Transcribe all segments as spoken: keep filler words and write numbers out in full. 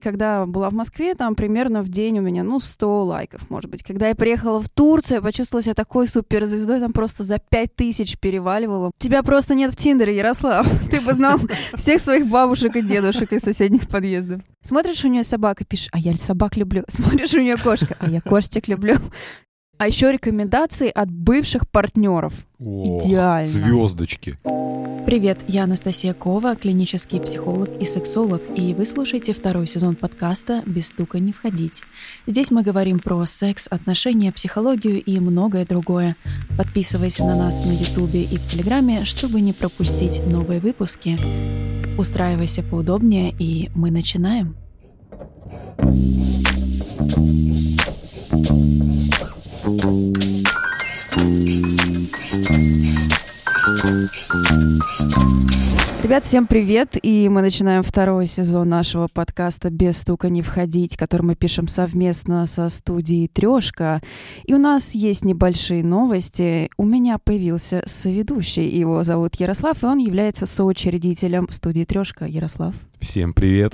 Когда была в Москве, там примерно в день у меня, ну, сто лайков, может быть. Когда я приехала в Турцию, я почувствовала себя такой суперзвездой, там просто за пять тысяч переваливала. Тебя просто нет в Тиндере, Ярослав. Ты бы знал всех своих бабушек и дедушек из соседних подъездов. Смотришь, у нее собака, пишешь, а я собак люблю. Смотришь, у нее кошка, а я кошечек люблю. А еще рекомендации от бывших партнеров. О, идеально. Звездочки. Привет, я Анастасия Кова, клинический психолог и сексолог, и вы слушаете второй сезон подкаста «Без стука не входить». Здесь мы говорим про секс, отношения, психологию и многое другое. Подписывайся на нас на Ютубе и в Телеграме, чтобы не пропустить новые выпуски. Устраивайся поудобнее, и мы начинаем. Ребят, всем привет! И мы начинаем второй сезон нашего подкаста «Без стука не входить», который мы пишем совместно со студией «Трёшка». И у нас есть небольшие новости. У меня появился соведущий, его зовут Ярослав, и он является соучредителем студии «Трёшка». Ярослав. Всем привет!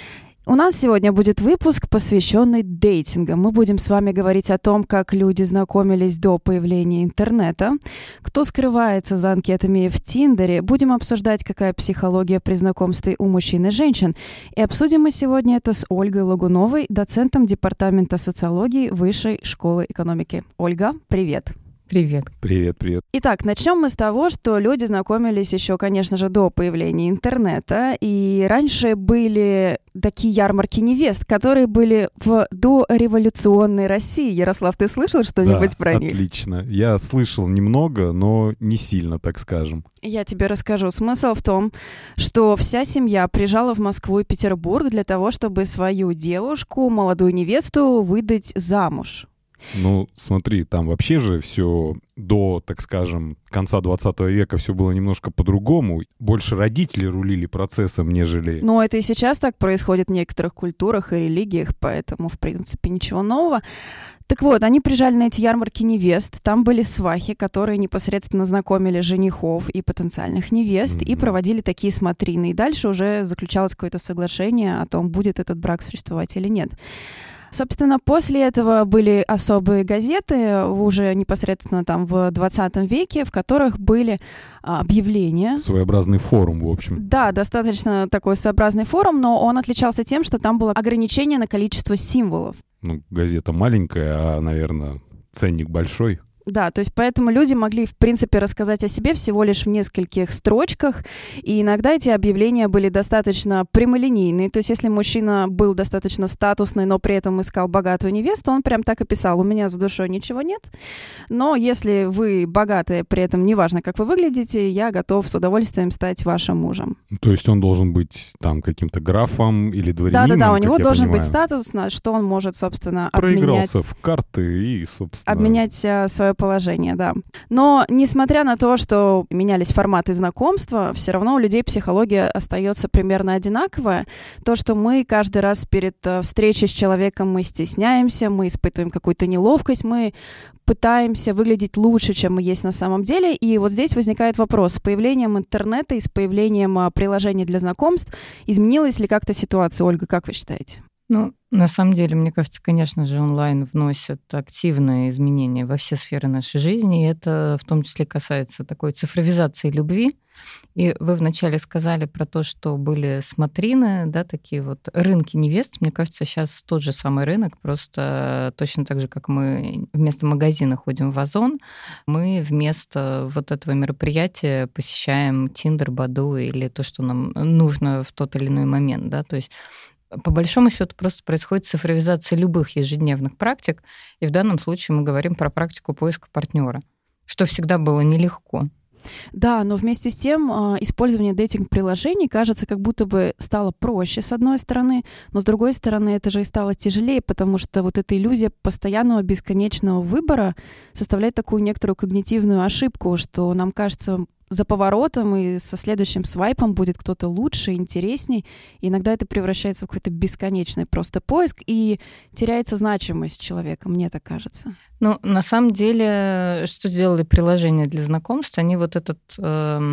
У нас сегодня будет выпуск, посвященный дейтингам. Мы будем с вами говорить о том, как люди знакомились до появления интернета, кто скрывается за анкетами в Тиндере. Будем обсуждать, какая психология при знакомстве у мужчин и женщин. И обсудим мы сегодня это с Ольгой Лагуновой, доцентом Департамента социологии Высшей школы экономики. Ольга, привет! Привет. Привет, привет. Итак, начнем мы с того, что люди знакомились еще, конечно же, до появления интернета. И раньше были такие ярмарки невест, которые были в дореволюционной России. Ярослав, ты слышал что-нибудь да, про них? Отлично. Я слышал немного, но не сильно, так скажем. Я тебе расскажу. Смысл в том, что вся семья приезжала в Москву и Петербург для того, чтобы свою девушку, молодую невесту, выдать замуж. Ну, смотри, там вообще же все до, так скажем, конца двадцатого века все было немножко по-другому. Больше родители рулили процессом, нежели... Ну, это и сейчас так происходит в некоторых культурах и религиях, поэтому, в принципе, ничего нового. Так вот, они приезжали на эти ярмарки невест, там были свахи, которые непосредственно знакомили женихов и потенциальных невест, mm-hmm. и проводили такие смотрины. И дальше уже заключалось какое-то соглашение о том, будет этот брак существовать или нет. Собственно, после этого были особые газеты, уже непосредственно там в двадцатом веке, в которых были объявления. Своеобразный форум, в общем. Да, достаточно такой своеобразный форум, но он отличался тем, что там было ограничение на количество символов. Ну, газета маленькая, а, наверное, ценник большой. Да, то есть поэтому люди могли, в принципе, рассказать о себе всего лишь в нескольких строчках, и иногда эти объявления были достаточно прямолинейные. То есть если мужчина был достаточно статусный, но при этом искал богатую невесту, он прям так и писал: «У меня за душой ничего нет, но если вы богатые, при этом неважно, как вы выглядите, я готов с удовольствием стать вашим мужем». То есть он должен быть там каким-то графом или дворянином? Да-да-да, у него должен понимаю. быть статус, на что он может, собственно, Проигрался обменять... в карты и, собственно... Обменять а, свое положение, да. Но, несмотря на то, что менялись форматы знакомства, все равно у людей психология остается примерно одинаковая. То, что мы каждый раз перед uh, встречей с человеком мы стесняемся, мы испытываем какую-то неловкость, мы пытаемся выглядеть лучше, чем мы есть на самом деле. И вот здесь возникает вопрос: с появлением интернета и с появлением uh, приложений для знакомств изменилась ли как-то ситуация? Ольга, как вы считаете? Ну, на самом деле, мне кажется, конечно же, онлайн вносит активные изменения во все сферы нашей жизни, и это в том числе касается такой цифровизации любви. И вы вначале сказали про то, что были смотрины, да, такие вот рынки невест. Мне кажется, сейчас тот же самый рынок, просто точно так же, как мы вместо магазина ходим в Озон, мы вместо вот этого мероприятия посещаем Тиндер, Баду или то, что нам нужно в тот или иной момент, да, то есть по большому счету просто происходит цифровизация любых ежедневных практик, и в данном случае мы говорим про практику поиска партнера, что всегда было нелегко. Да, но вместе с тем использование дейтинг-приложений, кажется, как будто бы стало проще, с одной стороны, но с другой стороны это же и стало тяжелее, потому что вот эта иллюзия постоянного бесконечного выбора составляет такую некоторую когнитивную ошибку, что нам кажется, за поворотом и со следующим свайпом будет кто-то лучше, интересней. И иногда это превращается в какой-то бесконечный просто поиск, и теряется значимость человека, мне так кажется. Ну, на самом деле, что делали приложения для знакомств, они вот этот э,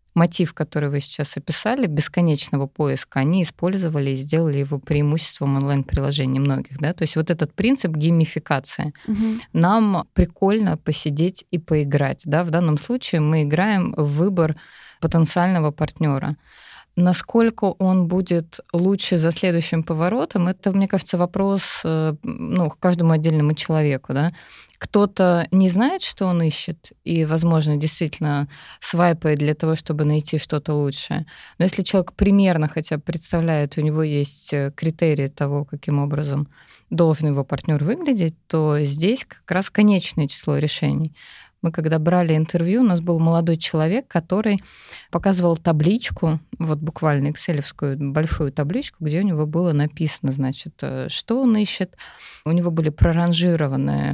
мотив, который вы сейчас описали, бесконечного поиска, они использовали и сделали его преимуществом онлайн-приложений многих. Да? То есть вот этот принцип геймификации. Угу. Нам прикольно посидеть и поиграть. Да? В данном случае мы играем в выбор потенциального партнера. Насколько он будет лучше за следующим поворотом, это, мне кажется, вопрос ну, к каждому отдельному человеку. Да? Кто-то не знает, что он ищет, и, возможно, действительно свайпает для того, чтобы найти что-то лучшее. Но если человек примерно хотя бы представляет, у него есть критерии того, каким образом должен его партнер выглядеть, то здесь как раз конечное число решений. Мы когда брали интервью, у нас был молодой человек, который показывал табличку, вот буквально экселевскую большую табличку, где у него было написано, значит, что он ищет. У него были проранжированные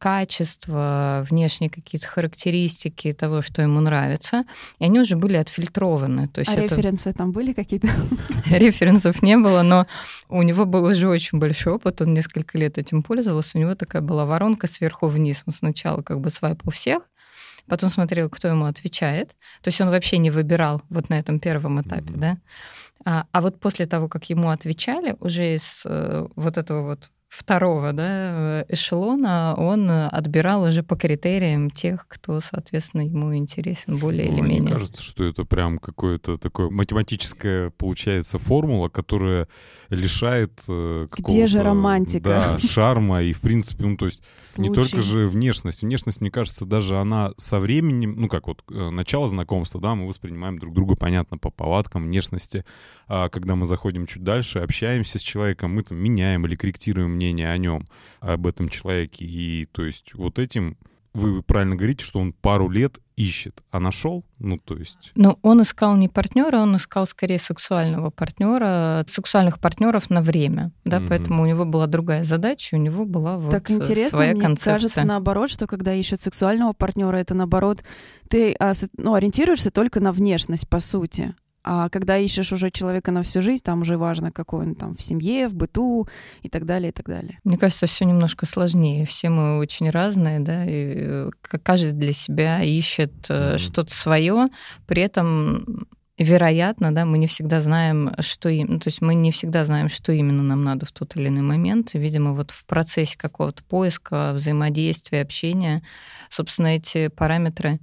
качества, внешние какие-то характеристики того, что ему нравится, и они уже были отфильтрованы. То есть а это... референсы там были какие-то? Референсов не было, но у него был уже очень большой опыт, он несколько лет этим пользовался, у него такая была воронка сверху вниз. Он сначала как бы свайпал всех, потом смотрел, кто ему отвечает. То есть он вообще не выбирал вот на этом первом этапе, mm-hmm. да. А, а вот после того, как ему отвечали, уже из э, вот этого вот второго, да, эшелона он отбирал уже по критериям тех, кто, соответственно, ему интересен более ну, или менее. Мне кажется, что это прям какое-то такое математическая, получается, формула, которая лишает э, какого-то... Где же романтика? Да, шарма и, в принципе, ну, то есть Случай. Не только же внешность. Внешность, мне кажется, даже она со временем, ну, как вот начало знакомства, да, мы воспринимаем друг друга, понятно, по повадкам, внешности. А когда мы заходим чуть дальше, общаемся с человеком, мы там меняем или корректируем мнение о нем, об этом человеке. И то есть вот этим вы правильно говорите, что он пару лет ищет, а нашел, ну то есть... Ну, он искал не партнера, он искал скорее сексуального партнера, сексуальных партнеров на время, да, mm-hmm. поэтому у него была другая задача, у него была вот так интересно, своя мне концепция. Кажется, наоборот, что когда ищут сексуального партнера, это наоборот, ты ну, ориентируешься только на внешность, по сути. А когда ищешь уже человека на всю жизнь, там уже важно, какой он там в семье, в быту и так далее, и так далее. Мне кажется, все немножко сложнее. Все мы очень разные, да, и каждый для себя ищет mm-hmm. что-то свое, при этом вероятно, да, мы не всегда знаем, что им, ну, то есть мы не всегда знаем, что именно нам надо в тот или иной момент. И, видимо, вот в процессе какого-то поиска, взаимодействия, общения, собственно, эти параметры,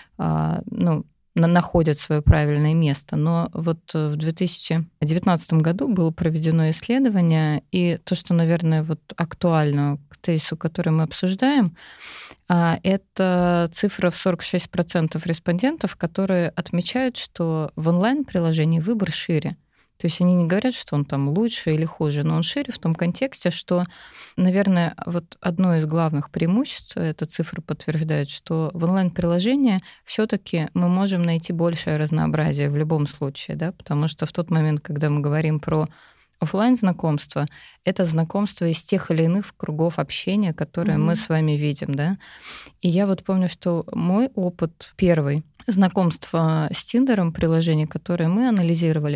ну, находят свое правильное место. Но вот в две тысячи девятнадцатом году было проведено исследование, и то, что, наверное, вот актуально к тезису, который мы обсуждаем, это цифра в сорок шесть процентов респондентов, которые отмечают, что в онлайн-приложении выбор шире. То есть они не говорят, что он там лучше или хуже, но он шире в том контексте, что, наверное, вот одно из главных преимуществ, эта цифра подтверждает, что в онлайн-приложении все-таки мы можем найти большее разнообразие в любом случае, да, потому что в тот момент, когда мы говорим про офлайн-знакомство, это знакомство из тех или иных кругов общения, которые mm-hmm. мы с вами видим, да. И я вот помню, что мой опыт первый знакомства с Тиндером, приложение, которое мы анализировали,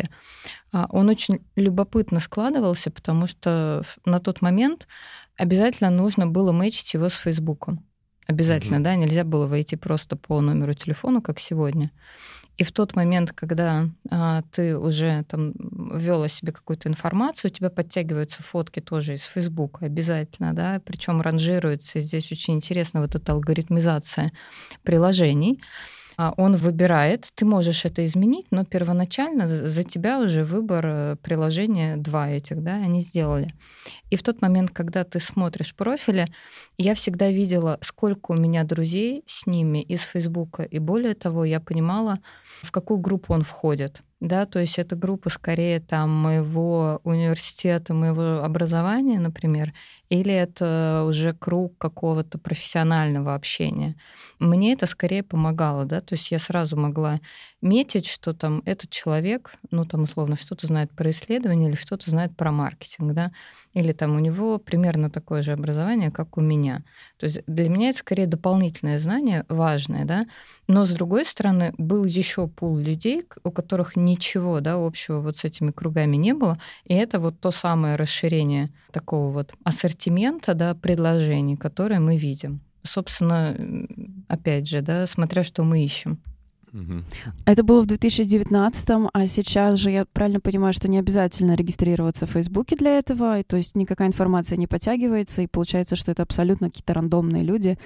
он очень любопытно складывался, потому что на тот момент обязательно нужно было мэчить его с Фейсбуком. Обязательно, mm-hmm. да, нельзя было войти просто по номеру телефона, как сегодня. И в тот момент, когда а, ты уже там ввел о себе какую-то информацию, у тебя подтягиваются фотки тоже из Фейсбука обязательно, да, причем ранжируется. Здесь очень интересна вот эта алгоритмизация приложений. Он выбирает, ты можешь это изменить, но первоначально за тебя уже выбор приложения два этих, да, они сделали. И в тот момент, когда ты смотришь профили, я всегда видела, сколько у меня друзей с ними из Фейсбука, и более того, я понимала, в какую группу он входит. Да, то есть это группа скорее там моего университета, моего образования, например, или это уже круг какого-то профессионального общения. Мне это скорее помогало, да, то есть я сразу могла метить, что там этот человек, ну там условно что-то знает про исследование или что-то знает про маркетинг, да, или там у него примерно такое же образование, как у меня. То есть для меня это скорее дополнительное знание, важное, да, но с другой стороны был еще пул людей, у которых ничего, да, общего вот с этими кругами не было, и это вот то самое расширение такого вот ассортимента, да, предложений, которые мы видим. Собственно, опять же, да, смотря что мы ищем. Угу. Это было в две тысячи девятнадцатом, а сейчас же я правильно понимаю, что не обязательно регистрироваться в Фейсбуке для этого, и, то есть никакая информация не подтягивается, и получается, что это абсолютно какие-то рандомные люди,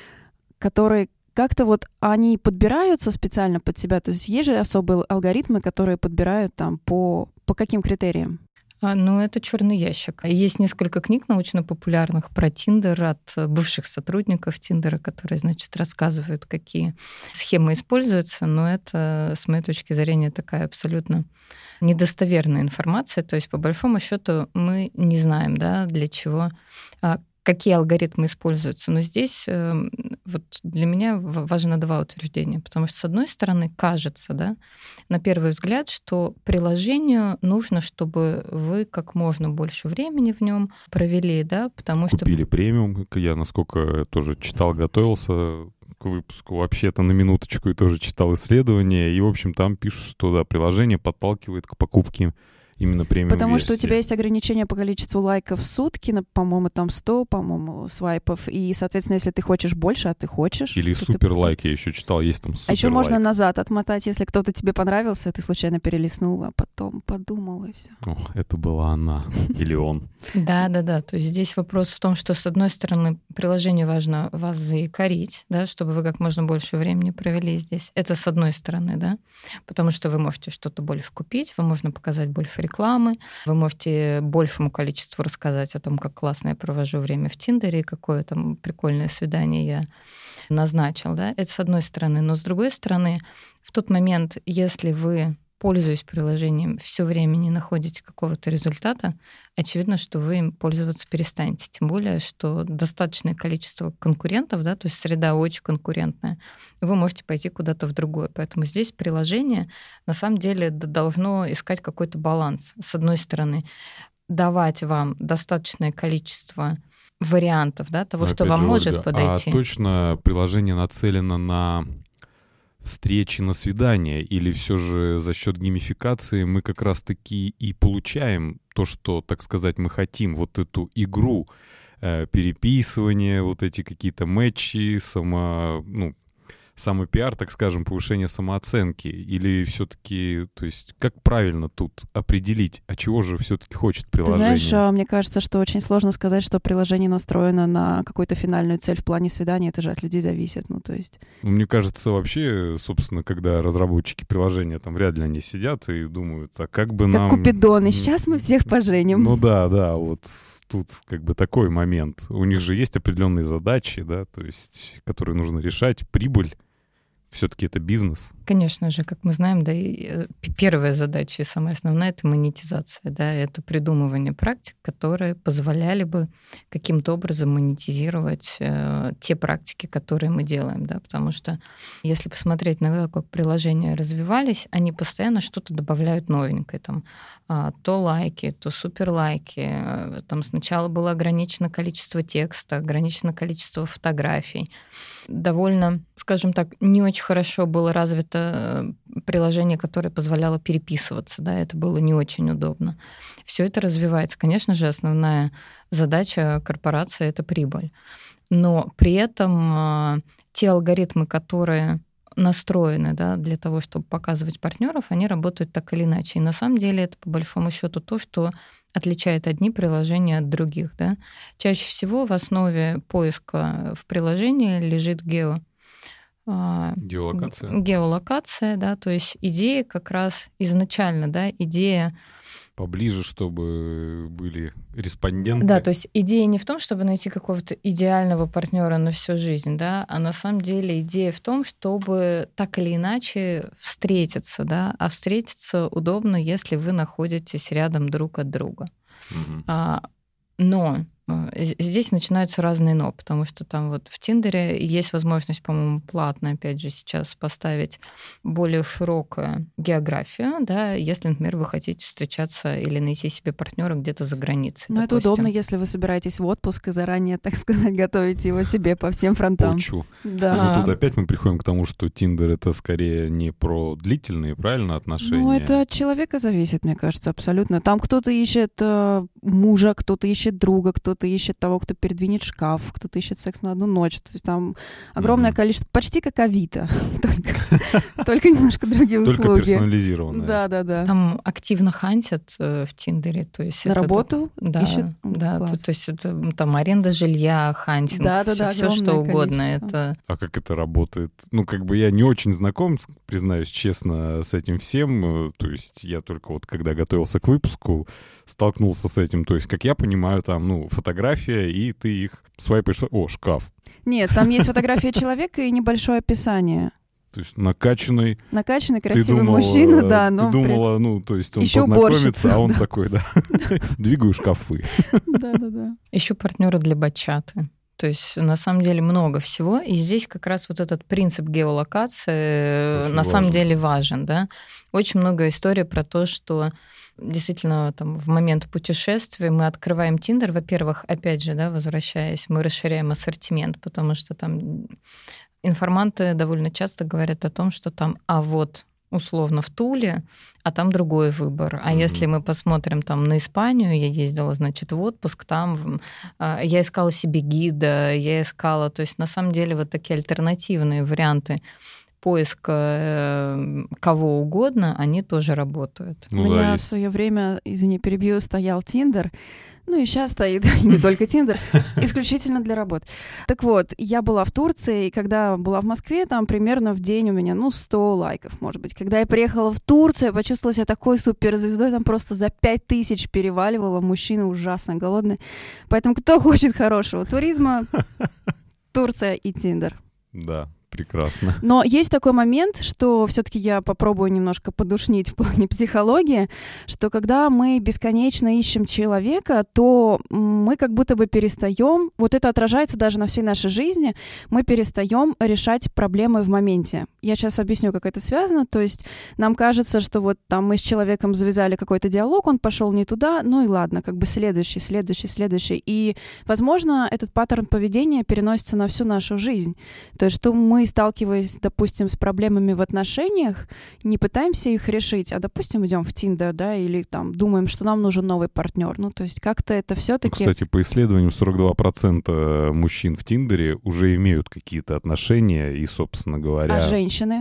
которые как-то вот они подбираются специально под себя, то есть есть же особые алгоритмы, которые подбирают там по, по каким критериям? А, ну, это черный ящик. Есть несколько книг научно-популярных про Тиндер от бывших сотрудников Тиндера, которые, значит, рассказывают, какие схемы используются, но это, с моей точки зрения, такая абсолютно недостоверная информация. То есть, по большому счету, мы не знаем, да, для чего, какие алгоритмы используются. Но здесь э, вот для меня важно два утверждения, потому что, с одной стороны, кажется, да, на первый взгляд, что приложению нужно, чтобы вы как можно больше времени в нем провели, да, потому что... Купили премиум, я, насколько тоже читал, готовился к выпуску, вообще-то на минуточку и тоже читал исследования, и, в общем, там пишут, что, да, приложение подталкивает к покупке именно премиум-версии. Потому что у тебя есть ограничение по количеству лайков в сутки, на, по-моему, там сто, по-моему, свайпов, и, соответственно, если ты хочешь больше, а ты хочешь... Или супер лайк, я еще читал, есть там супер А еще лайк. можно назад отмотать, если кто-то тебе понравился, ты случайно перелистнул, а потом подумал, и все. Ох, это была она или он. Да-да-да, то есть здесь вопрос в том, что, с одной стороны, приложению важно вас заякорить, да, чтобы вы как можно больше времени провели здесь. Это с одной стороны, да, потому что вы можете что-то больше купить, вам можно показать больше рекламы, вы можете большему количеству рассказать о том, как классно я провожу время в Тиндере, какое там прикольное свидание я назначил, да, это с одной стороны. Но с другой стороны, в тот момент, если вы, пользуясь приложением, все время не находите какого-то результата, очевидно, что вы им пользоваться перестанете. Тем более, что достаточное количество конкурентов, да, то есть среда очень конкурентная, вы можете пойти куда-то в другое. Поэтому здесь приложение на самом деле должно искать какой-то баланс. С одной стороны, давать вам достаточное количество вариантов, да, того, Но что опять вам же, может Ольга, подойти. А точно приложение нацелено на встречи, на свидания, или все же за счет геймификации мы как раз-таки и получаем то, что, так сказать, мы хотим, вот эту игру, э, переписывание, вот эти какие-то матчи, само, ну, самопиар, так скажем, повышение самооценки, или все-таки, то есть, как правильно тут определить, а чего же все-таки хочет приложение? Ты знаешь, мне кажется, что очень сложно сказать, что приложение настроено на какую-то финальную цель в плане свидания, это же от людей зависит, ну, то есть... Ну, мне кажется, вообще, собственно, когда разработчики приложения там вряд ли они сидят и думают, а как бы как нам... Как Купидоны, сейчас мы всех поженим. Ну да, да, вот тут как бы такой момент. У них же есть определенные задачи, да, то есть, которые нужно решать, прибыль. Все-таки это бизнес. Конечно же, как мы знаем, да, и первая задача и самая основная — это монетизация, да, это придумывание практик, которые позволяли бы каким-то образом монетизировать э, те практики, которые мы делаем, да, потому что если посмотреть на то, как приложения развивались, они постоянно что-то добавляют новенькое, там, э, то лайки, то суперлайки, э, там сначала было ограничено количество текста, ограничено количество фотографий, довольно, скажем так, не очень хорошо было развито приложение, которое позволяло переписываться, да, это было не очень удобно. Все это развивается. Конечно же, основная задача корпорации — это прибыль. Но при этом те алгоритмы, которые настроены, да, для того, чтобы показывать партнеров, они работают так или иначе. И на самом деле это, по большому счету, то, что отличает одни приложения от других. Да. Чаще всего в основе поиска в приложении лежит гео. Геолокация. Геолокация, да, то есть идея как раз изначально, да, идея... Поближе, чтобы были респонденты. Да, то есть идея не в том, чтобы найти какого-то идеального партнера на всю жизнь, да, а на самом деле идея в том, чтобы так или иначе встретиться, да, а встретиться удобно, если вы находитесь рядом друг от друга. Угу. А, но здесь начинаются разные «но», потому что там вот в Тиндере есть возможность, по-моему, платно, опять же, сейчас поставить более широкую географию, да, если, например, вы хотите встречаться или найти себе партнера где-то за границей. Но это удобно, если вы собираетесь в отпуск и заранее, так сказать, готовите его себе по всем фронтам. Почу. Да. Ну, тут опять мы приходим к тому, что Тиндер — это скорее не про длительные, правильно, отношения? Ну, это от человека зависит, мне кажется, абсолютно. Там кто-то ищет э, мужа, кто-то ищет друга, кто-то кто-то ищет того, кто передвинет шкаф, кто-то ищет секс на одну ночь. То есть там огромное mm-hmm. количество, почти как Авито, только немножко другие услуги. Только персонализированные. Да, да, да. Там активно хантят в Тиндере. То есть на работу ищут? Да, то есть там аренда жилья, хантинг, все что угодно. Это... А как это работает? Ну, как бы я не очень знаком, признаюсь честно, с этим всем. То есть я только вот когда готовился к выпуску, столкнулся с этим. То есть, как я понимаю, там, ну, фотография, и ты их свайпаешь. О, шкаф. Нет, там есть фотография человека и небольшое описание. То есть накачанный... Накачанный, красивый думала, мужчина, да. Но ты думала, при... ну, то есть он еще познакомится, уборщица, а он да. такой, да, двигаю шкафы. Да-да-да. Еще партнеры для бачаты. То есть, на самом деле, много всего. И здесь как раз вот этот принцип геолокации очень на важен. самом деле важен. Да? Очень много историй про то, что действительно там, в момент путешествия мы открываем Тиндер. Во-первых, опять же, да, возвращаясь, мы расширяем ассортимент, потому что там информанты довольно часто говорят о том, что там, а вот условно в Туле, а там другой выбор. А mm-hmm. если мы посмотрим там на Испанию, я ездила, значит, в отпуск, там я искала себе гида, я искала, то есть на самом деле вот такие альтернативные варианты поиска кого угодно, они тоже работают. Ну, У меня да, в свое время, извини, перебью, стоял Тиндер. Ну и сейчас стоит, не только Тиндер, исключительно для работы. Так вот, я была в Турции, и когда была в Москве, там примерно в день у меня, ну, сто лайков, может быть. Когда я приехала в Турцию, я почувствовала себя такой суперзвездой, там просто за пять тысяч переваливала, мужчина ужасно голодный. Поэтому кто хочет хорошего туризма, Турция и Тиндер. Да. Прекрасно. Но есть такой момент, что все-таки я попробую немножко подушнить в плане психологии, что когда мы бесконечно ищем человека, то мы как будто бы перестаем, вот это отражается даже на всей нашей жизни, мы перестаем решать проблемы в моменте. Я сейчас объясню, как это связано. То есть нам кажется, что вот там мы с человеком завязали какой-то диалог, он пошел не туда, ну и ладно, как бы следующий, следующий, следующий. И, возможно, этот паттерн поведения переносится на всю нашу жизнь. То есть что мы сталкиваясь, допустим, с проблемами в отношениях, не пытаемся их решить, а, допустим, идем в Тиндер, да, или там думаем, что нам нужен новый партнер. Ну, то есть как-то это все-таки... Ну, кстати, по исследованиям сорок два процента мужчин в Тиндере уже имеют какие-то отношения, и, собственно говоря... А женщины?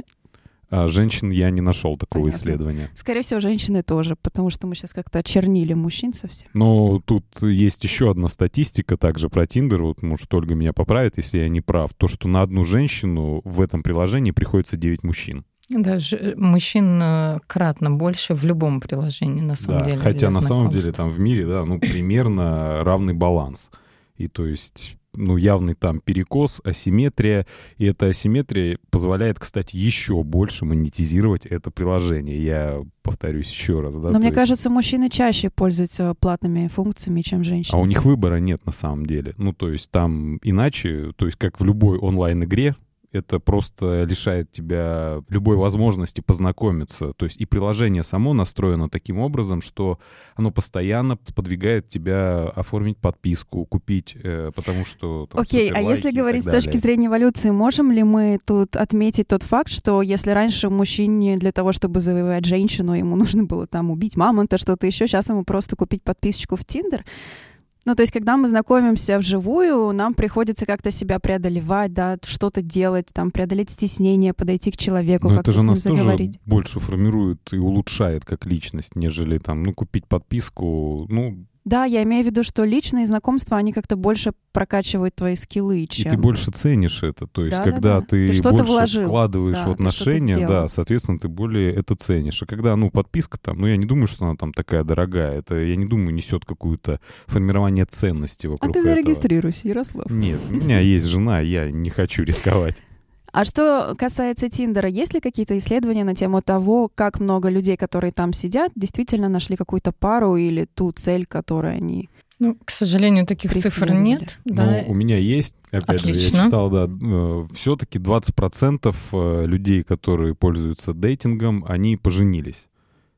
А женщин я не нашел такого Понятно. исследования. Скорее всего, женщины тоже, потому что мы сейчас как-то очернили мужчин совсем. Но тут есть еще одна статистика также про Тиндер. Вот, может, Ольга меня поправит, если я не прав. То, что на одну женщину в этом приложении приходится девять мужчин. Да, мужчин кратно больше в любом приложении, на самом да, деле. Хотя на самом деле там в мире, да, ну, примерно равный баланс. И то есть... ну, явный там перекос, асимметрия, и эта асимметрия позволяет, кстати, еще больше монетизировать это приложение. Я повторюсь еще раз. Да? Но мне есть... кажется, мужчины чаще пользуются платными функциями, чем женщины. А у них выбора нет на самом деле. Ну, то есть там иначе, то есть как в любой онлайн-игре, это просто лишает тебя любой возможности познакомиться. То есть и приложение само настроено таким образом, что оно постоянно сподвигает тебя оформить подписку, купить, э, потому что... Окей, okay, а если говорить с точки зрения эволюции, можем ли мы тут отметить тот факт, что если раньше мужчине для того, чтобы завоевать женщину, ему нужно было там убить мамонта, что-то еще, сейчас ему просто купить подписочку в Тиндер? Ну, то есть, когда мы знакомимся вживую, нам приходится как-то себя преодолевать, да, что-то делать, там, преодолеть стеснение, подойти к человеку, но как-то это же с ним нас заговорить. Тоже больше формирует и улучшает как личность, нежели там, ну, купить подписку, ну... Да, я имею в виду, что личные знакомства, они как-то больше прокачивают твои скиллы, чем... И ты больше ценишь это. То есть, да, когда да, да. ты, ты больше вложил. вкладываешь да, в отношения, да, соответственно, ты более это ценишь. А когда, ну, подписка там, ну, я не думаю, что она там такая дорогая. Это, я не думаю, несет какое-то формирование ценности вокруг этого. А ты зарегистрируйся, Ярослав. Нет, у меня есть жена, я не хочу рисковать. А что касается Тиндера, есть ли какие-то исследования на тему того, как много людей, которые там сидят, действительно нашли какую-то пару или ту цель, которую они... Ну, к сожалению, таких цифр нет. Да. Ну, у меня есть, опять Отлично. же, я читал, да, все-таки двадцать процентов людей, которые пользуются дейтингом, они поженились.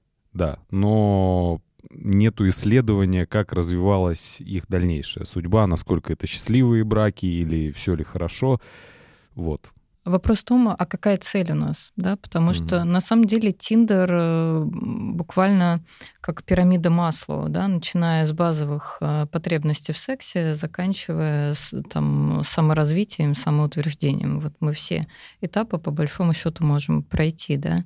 Да, но нету исследования, как развивалась их дальнейшая судьба, насколько это счастливые браки или все ли хорошо. Вот. вопрос в том, а какая цель у нас, да, потому mm-hmm. что на самом деле Tinder буквально как пирамида Маслоу, да, начиная с базовых потребностей в сексе, заканчивая с, там, саморазвитием, самоутверждением. Вот мы все этапы по большому счету можем пройти, да.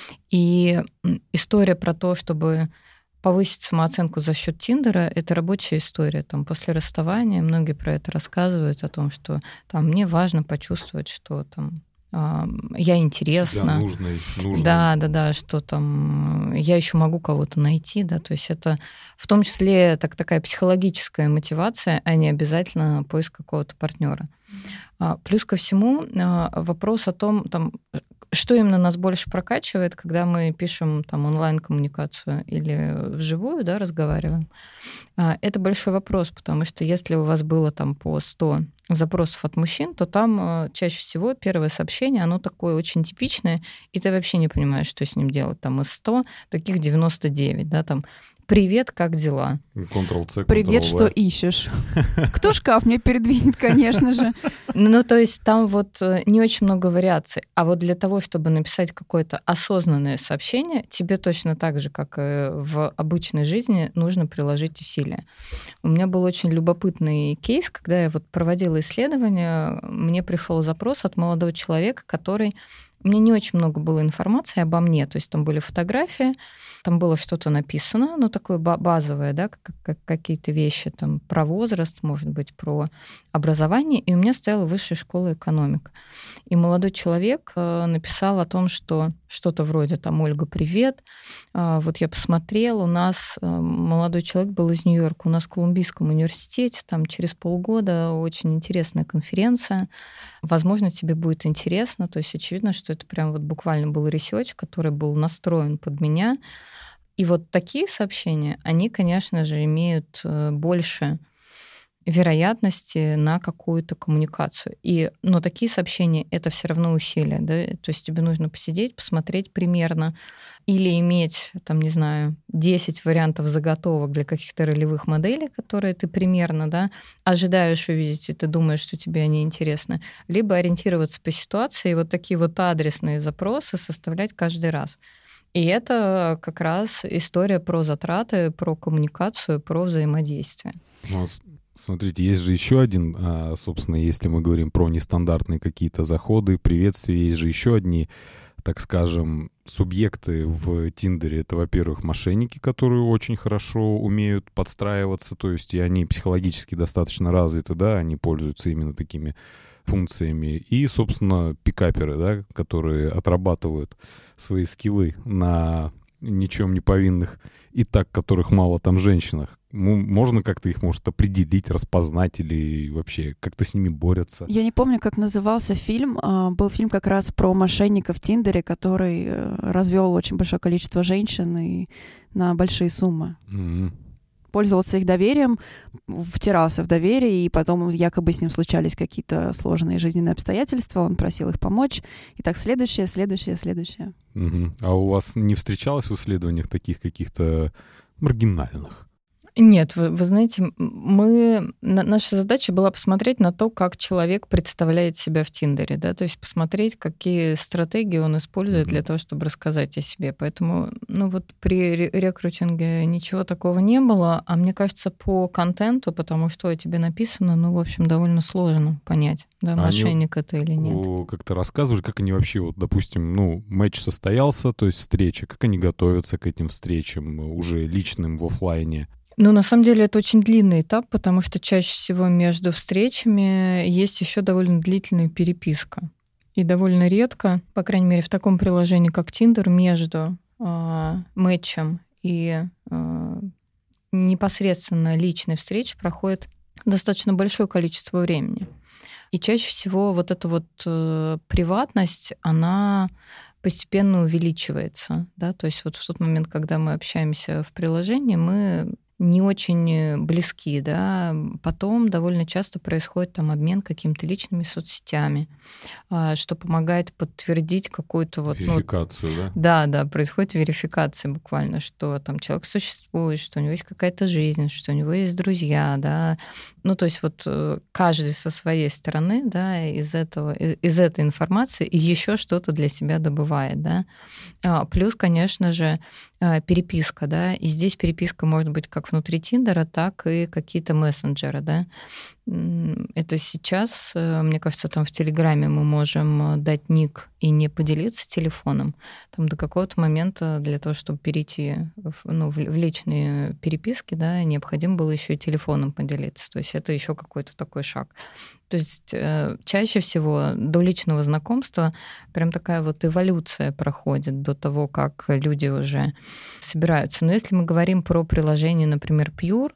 И история про то, чтобы повысить самооценку за счет Тиндера, это рабочая история. Там, после расставания многие про это рассказывают, о том, что там, мне важно почувствовать, что там, я интересна. Нужной, нужной. Да, да, да, что там я еще могу кого-то найти, да, то есть это в том числе так, такая психологическая мотивация, а не обязательно поиск какого-то партнера. Плюс ко всему вопрос о том, там, что именно нас больше прокачивает, когда мы пишем там онлайн-коммуникацию или вживую, да, разговариваем. Это большой вопрос, потому что если у вас было там по сто запросов от мужчин, то там чаще всего первое сообщение, оно такое очень типичное, и ты вообще не понимаешь, что с ним делать. Там из ста таких девяносто девять, да, там «Привет, как дела?» Ctrl-C, Ctrl-V. «Привет, что ищешь?» Кто шкаф мне передвинет, конечно же. Ну, то есть там вот не очень много вариаций. А вот для того, чтобы написать какое-то осознанное сообщение, тебе точно так же, как и в обычной жизни, нужно приложить усилия. У меня был очень любопытный кейс, когда я вот проводила исследование, мне пришел запрос от молодого человека, который... У меня не очень много было информации обо мне, то есть там были фотографии, там было что-то написано, ну, такое базовое, да, как, как какие-то вещи там про возраст, может быть, про образование, и у меня стояла высшая школа экономик. И молодой человек написал о том, что что-то вроде там «Ольга, привет, вот я посмотрел, у нас молодой человек был из Нью-Йорка, у нас в Колумбийском университете, там через полгода очень интересная конференция, возможно, тебе будет интересно», то есть очевидно, что это прям вот буквально был ресерч, который был настроен под меня. И вот такие сообщения, они, конечно же, имеют больше вероятности на какую-то коммуникацию. И, но такие сообщения — это все равно усилия, да? То есть тебе нужно посидеть, посмотреть примерно, или иметь, там, не знаю, десять вариантов заготовок для каких-то ролевых моделей, которые ты примерно, да, ожидаешь увидеть, и ты думаешь, что тебе они интересны, либо ориентироваться по ситуации и вот такие вот адресные запросы составлять каждый раз. И это как раз история про затраты, про коммуникацию, про взаимодействие. Ну, смотрите, есть же еще один, собственно, если мы говорим про нестандартные какие-то заходы, приветствия, есть же еще одни, так скажем, субъекты в Тиндере. Это, во-первых, мошенники, которые очень хорошо умеют подстраиваться, то есть и они психологически достаточно развиты, да, они пользуются именно такими функциями. И, собственно, пикаперы, да, которые отрабатывают свои скиллы на ничем не повинных и так, которых мало там женщинах. Можно как-то их, может, определить, распознать или вообще как-то с ними борются? Я не помню, как назывался фильм. Был фильм как раз про мошенника в Тиндере, который развел очень большое количество женщин и на большие суммы. Mm-hmm. Пользовался их доверием, втирался в доверие, и потом якобы с ним случались какие-то сложные жизненные обстоятельства, он просил их помочь. И так следующее, следующее, следующее. Угу. А у вас не встречалось в исследованиях таких каких-то маргинальных? Нет, вы, вы знаете, мы, на, наша задача была посмотреть на то, как человек представляет себя в Тиндере, да, то есть посмотреть, какие стратегии он использует mm-hmm. для того, чтобы рассказать о себе. Поэтому, ну вот при рекрутинге ничего такого не было, а мне кажется, по контенту, потому что о тебе написано, ну, в общем, довольно сложно понять, да, а мошенник это или нет. Как-то рассказывали, как они вообще, вот, допустим, ну, матч состоялся, то есть встреча, как они готовятся к этим встречам уже личным в офлайне? Ну, на самом деле, это очень длинный этап, потому что чаще всего между встречами есть еще довольно длительная переписка. И довольно редко, по крайней мере, в таком приложении, как Tinder, между э, матчем и э, непосредственно личной встречей проходит достаточно большое количество времени. И чаще всего вот эта вот э, приватность, она постепенно увеличивается. Да? То есть вот в тот момент, когда мы общаемся в приложении, мы не очень близки, да, потом довольно часто происходит там обмен какими-то личными соцсетями, что помогает подтвердить какую-то вот... Верификацию, ну, да? Да, да, происходит верификация буквально, что там человек существует, что у него есть какая-то жизнь, что у него есть друзья, да. Ну, то есть вот каждый со своей стороны, да, из этого, из этой информации еще что-то для себя добывает, да. Плюс, конечно же, переписка, да, и здесь переписка может быть как внутри Тиндера, так и какие-то мессенджеры, да. Это сейчас, мне кажется, там в Телеграме мы можем дать ник и не поделиться телефоном. Там до какого-то момента для того, чтобы перейти в, ну, в личные переписки, да, необходимо было еще и телефоном поделиться. То есть это еще какой-то такой шаг. То есть э, чаще всего до личного знакомства прям такая вот эволюция проходит до того, как люди уже собираются. Но если мы говорим про приложение, например, Pure,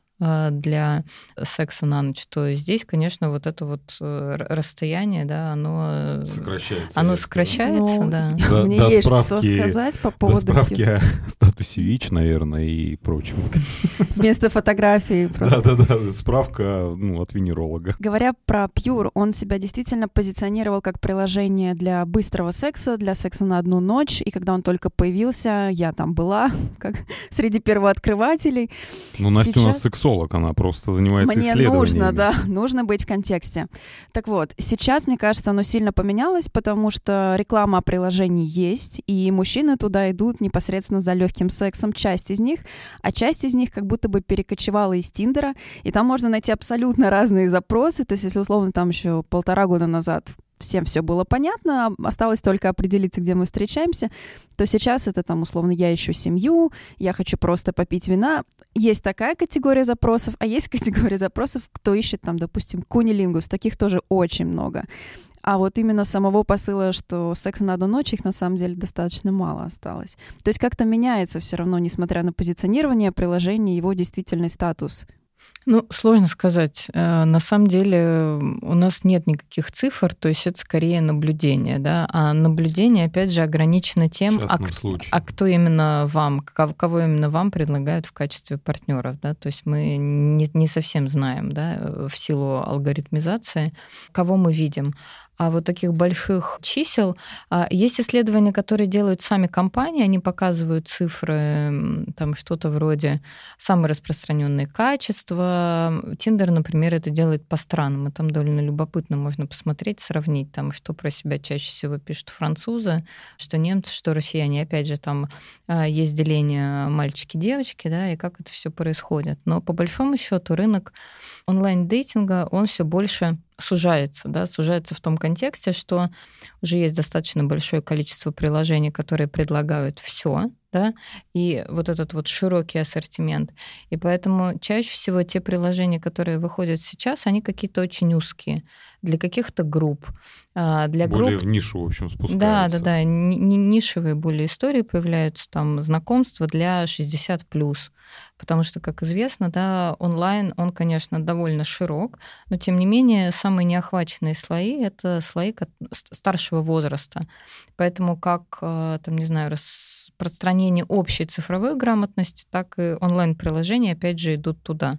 для секса на ночь, то здесь, конечно, вот это вот расстояние, да, оно сокращается. Оно сокращается, ну, да. До, Мне до есть справки, что сказать по поводу... До справки о статусе ВИЧ, наверное, и прочего. Вместо фотографии просто. Да-да-да, справка ну, от венеролога. Говоря про Pure, он себя действительно позиционировал как приложение для быстрого секса, для секса на одну ночь, и когда он только появился, я там была, как среди первооткрывателей. Ну, Настя Сейчас... у нас сексолог. Она просто занимается Мне исследованиями. нужно, да, нужно быть в контексте. Так вот, сейчас, мне кажется, оно сильно поменялось, потому что реклама о приложении есть, и мужчины туда идут непосредственно за легким сексом, часть из них, а часть из них как будто бы перекочевала из Тиндера, и там можно найти абсолютно разные запросы, то есть если условно там еще полтора года назад всем все было понятно, осталось только определиться, где мы встречаемся, то сейчас это там условно я ищу семью, я хочу просто попить вина. Есть такая категория запросов, а есть категория запросов, кто ищет там, допустим, кунилингус, таких тоже очень много. А вот именно самого посыла, что секс на одну ночь, их на самом деле достаточно мало осталось. То есть как-то меняется все равно, несмотря на позиционирование приложения, его действительный статус. Ну, сложно сказать. На самом деле у нас нет никаких цифр, то есть это скорее наблюдение, да, а наблюдение, опять же, ограничено тем, а, а кто именно вам, кого именно вам предлагают в качестве партнеров, да, то есть мы не, не совсем знаем, да, в силу алгоритмизации, кого мы видим. А вот таких больших чисел. Есть исследования, которые делают сами компании, они показывают цифры, там что-то вроде самые распространенные качества. Тиндер, например, это делает по странам, и там довольно любопытно можно посмотреть, сравнить, там, что про себя чаще всего пишут французы, что немцы, что россияне. Опять же, там есть деление мальчики-девочки, да, и как это все происходит. Но по большому счету рынок онлайн-дейтинга, он все больше сужается, да, сужается в том контексте, что уже есть достаточно большое количество приложений, которые предлагают все, да, и вот этот вот широкий ассортимент. И поэтому чаще всего те приложения, которые выходят сейчас, они какие-то очень узкие для каких-то групп. Для более групп... в нишу, в общем, спускаются. Да, да, да, нишевые более истории появляются, там знакомства для шестьдесят плюс. Потому что, как известно, да, онлайн, он, конечно, довольно широк, но, тем не менее, самые неохваченные слои — это слои старшего возраста. Поэтому как, там, не знаю, распространение общей цифровой грамотности, так и онлайн-приложения, опять же, идут туда.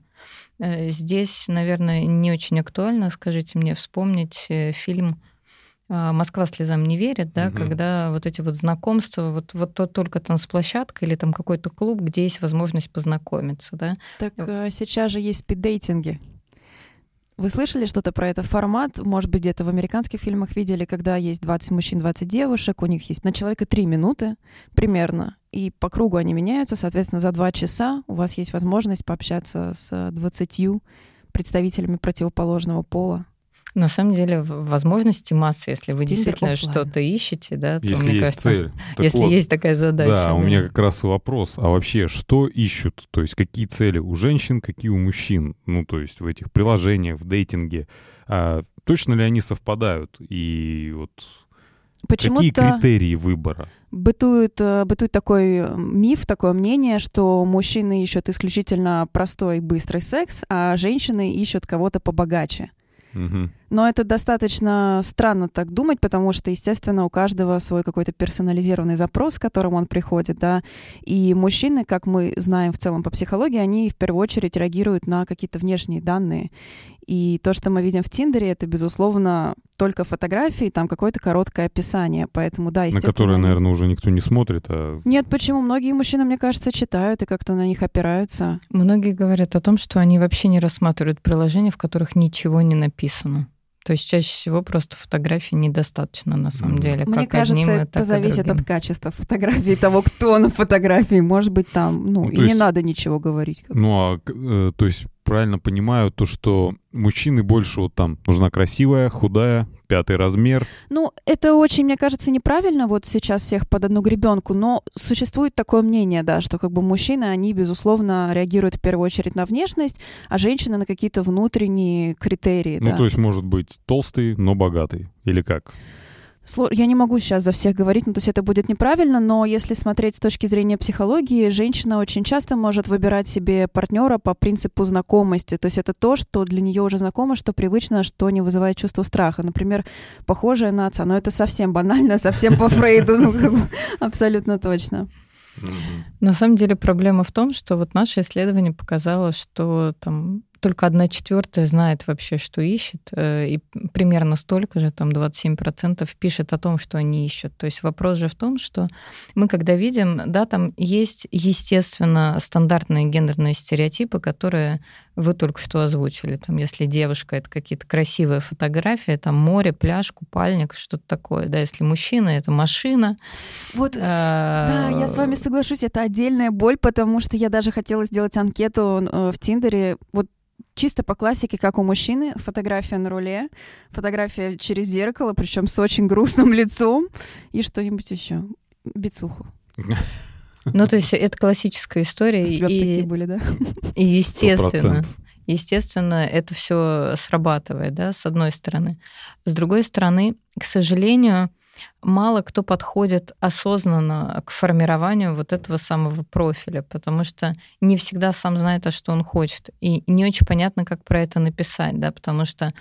Здесь, наверное, не очень актуально, скажите мне, вспомнить фильм «Москва слезам не верит», да, угу. Когда вот эти вот знакомства, вот, вот то только танцплощадка или там какой-то клуб, где есть возможность познакомиться, да. Так вот. Сейчас же есть спиддейтинги. Вы слышали что-то про этот формат? Может быть, где-то в американских фильмах видели, когда есть двадцать мужчин, двадцать девушек, у них есть на человека три минуты примерно, и по кругу они меняются, соответственно, за два часа у вас есть возможность пообщаться с двадцатью представителями противоположного пола. На самом деле, возможности массы, если вы Tinder действительно оффлайн. Что-то ищете, да, то, если мне есть кажется, цель. Так если вот, есть такая задача. Да, да, у меня как раз и вопрос. А вообще, что ищут? То есть какие цели у женщин, какие у мужчин? Ну, то есть в этих приложениях, в дейтинге. А точно ли они совпадают? И вот Почему-то какие критерии выбора? Бытует, бытует такой миф, такое мнение, что мужчины ищут исключительно простой, быстрый секс, а женщины ищут кого-то побогаче. Угу. Но это достаточно странно так думать, потому что, естественно, у каждого свой какой-то персонализированный запрос, с которым он приходит, да, и мужчины, как мы знаем в целом по психологии, они в первую очередь реагируют на какие-то внешние данные. И то, что мы видим в Тиндере, это, безусловно, только фотографии, там какое-то короткое описание, поэтому, да, естественно... На которые, они... наверное, уже никто не смотрит, а... Нет, почему? Многие мужчины, мне кажется, читают и как-то на них опираются. Многие говорят о том, что они вообще не рассматривают приложения, в которых ничего не написано. То есть чаще всего просто фотографий недостаточно на самом деле. Мне как кажется, одним, это так зависит от качества фотографии, того, кто на фотографии. Может быть, там, ну, ну и есть, не надо ничего говорить. Ну, а, э, то есть правильно понимаю то, что мужчины больше вот там нужна красивая, худая, пятый размер. Ну, это очень, мне кажется, неправильно вот сейчас всех под одну гребенку, но существует такое мнение, да, что как бы мужчины, они, безусловно, реагируют в первую очередь на внешность, а женщины на какие-то внутренние критерии. Ну, да. то есть может быть толстый, но богатый, или как? Я не могу сейчас за всех говорить, ну, то есть это будет неправильно, но если смотреть с точки зрения психологии, женщина очень часто может выбирать себе партнера по принципу знакомости. То есть это то, что для нее уже знакомо, что привычно, что не вызывает чувство страха. Например, похожая на отца. Но это совсем банально, совсем по Фрейду, ну, как бы, абсолютно точно. На самом деле проблема в том, что вот наше исследование показало, что там только одна четвертая знает вообще, что ищет, и примерно столько же, там двадцать семь процентов пишет о том, что они ищут. То есть вопрос же в том, что мы когда видим, да, там есть, естественно, стандартные гендерные стереотипы, которые вы только что озвучили. Там, если девушка — это какие-то красивые фотографии, там море, пляж, купальник, что-то такое. Да, если мужчина — это машина. Вот, да, я с вами соглашусь, это отдельная боль, потому что я даже хотела сделать анкету в Тиндере. Вот чисто по классике, как у мужчины, фотография на руле, фотография через зеркало, причем с очень грустным лицом, и что-нибудь еще. Бицуху. Ну, то есть это классическая история. У тебя и, такие были, да? И естественно, естественно, это все срабатывает, да, с одной стороны. С другой стороны, к сожалению, мало кто подходит осознанно к формированию вот этого самого профиля, потому что не всегда сам знает, а что он хочет. И не очень понятно, как про это написать, да, потому что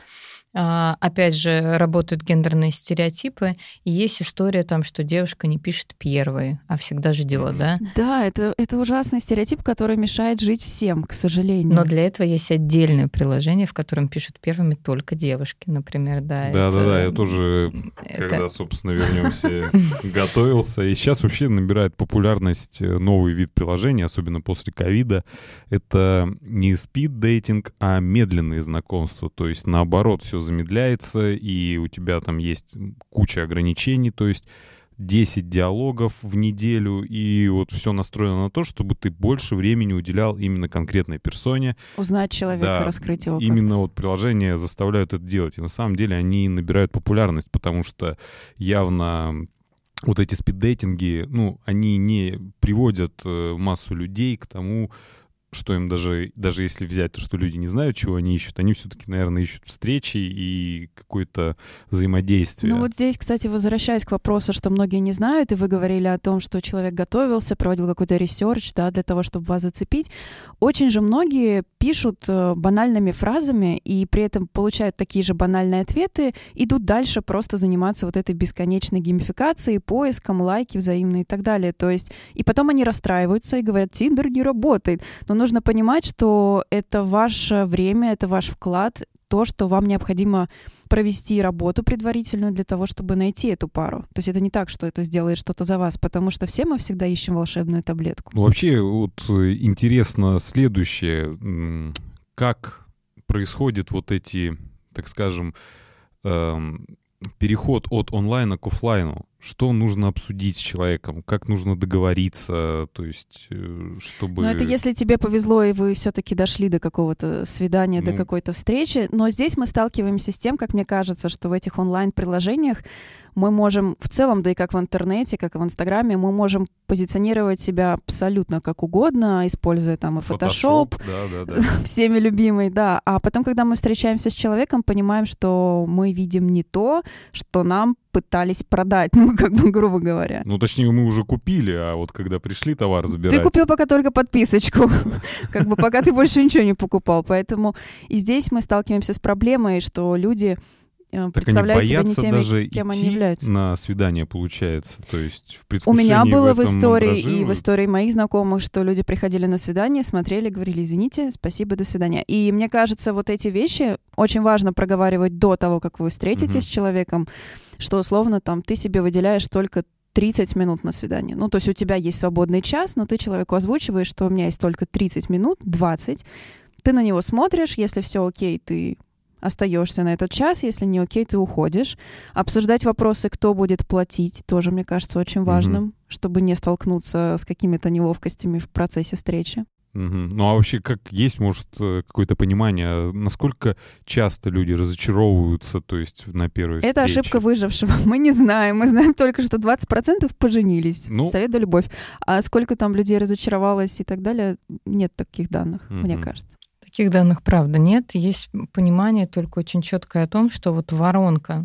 опять же, работают гендерные стереотипы, и есть история там, что девушка не пишет первой, а всегда ждет, да? Да, это, это ужасный стереотип, который мешает жить всем, к сожалению. Но для этого есть отдельное приложение, в котором пишут первыми только девушки, например, да. Да-да-да, я тоже, это... когда, собственно, вернемся, готовился. И сейчас вообще набирает популярность новый вид приложений, особенно после ковида. Это не спид-дейтинг, а медленные знакомства. То есть, наоборот, все замедляется, и у тебя там есть куча ограничений, то есть десять диалогов в неделю, и вот все настроено на то, чтобы ты больше времени уделял именно конкретной персоне. Узнать человека, да, раскрыть его. Именно как-то. Вот приложения заставляют это делать, и на самом деле они набирают популярность, потому что явно вот эти спиддейтинги, ну, они не приводят массу людей к тому, что им даже, даже если взять то, что люди не знают, чего они ищут, они все-таки, наверное, ищут встречи и какое-то взаимодействие. Ну вот здесь, кстати, возвращаясь к вопросу, что многие не знают, и вы говорили о том, что человек готовился, проводил какой-то ресерч, да, для того, чтобы вас зацепить. Очень же многие пишут банальными фразами и при этом получают такие же банальные ответы, идут дальше просто заниматься вот этой бесконечной геймификацией, поиском, лайки взаимные и так далее. То есть, и потом они расстраиваются и говорят, Тиндер не работает. Но нужно понимать, что это ваше время, это ваш вклад, то, что вам необходимо провести работу предварительную для того, чтобы найти эту пару. То есть это не так, что это сделает что-то за вас, потому что все мы всегда ищем волшебную таблетку. Ну, вообще, вот интересно следующее. Как происходят вот эти, так скажем, эм, переход от онлайна к офлайну? Что нужно обсудить с человеком? Как нужно договориться? То есть, чтобы... Ну, это если тебе повезло, и вы все-таки дошли до какого-то свидания, ну... до какой-то встречи. Но здесь мы сталкиваемся с тем, как мне кажется, что в этих онлайн-приложениях мы можем в целом, да и как в интернете, как и в Инстаграме, мы можем позиционировать себя абсолютно как угодно, используя там и Photoshop, Photoshop да, да, да. всеми любимый, да. А потом, когда мы встречаемся с человеком, понимаем, что мы видим не то, что нам пытались продать, ну, как бы, грубо говоря. Ну, точнее, мы уже купили, а вот когда пришли товар забирать... Ты купил пока только подписочку, как бы, пока ты больше ничего не покупал. Поэтому и здесь мы сталкиваемся с проблемой, что люди представляют себя не теми, даже кем они являются. На свидание, получается, то есть в У предвкушении меня было в, в истории андражируют. И в истории моих знакомых, что люди приходили на свидание, смотрели, говорили: извините, спасибо, до свидания. И мне кажется, вот эти вещи очень важно проговаривать до того, как вы встретитесь угу. с человеком, что условно там ты себе выделяешь только тридцать минут на свидание. Ну, то есть у тебя есть свободный час, но ты человеку озвучиваешь, что у меня есть только тридцать минут, двадцать. Ты на него смотришь, если все окей, ты остаешься на этот час, если не окей, ты уходишь. Обсуждать вопросы, кто будет платить, тоже, мне кажется, очень важным, mm-hmm. чтобы не столкнуться с какими-то неловкостями в процессе встречи. Mm-hmm. Ну а вообще, как есть, может, какое-то понимание, насколько часто люди разочаровываются, то есть на первой Это встрече? Ошибка выжившего. Мы не знаем. Мы знаем только, что двадцать процентов поженились. Ну, совет да любовь. А сколько там людей разочаровалось и так далее, нет таких данных, mm-hmm. мне кажется. Таких данных, правда, нет. Есть понимание только очень четкое о том, что вот воронка,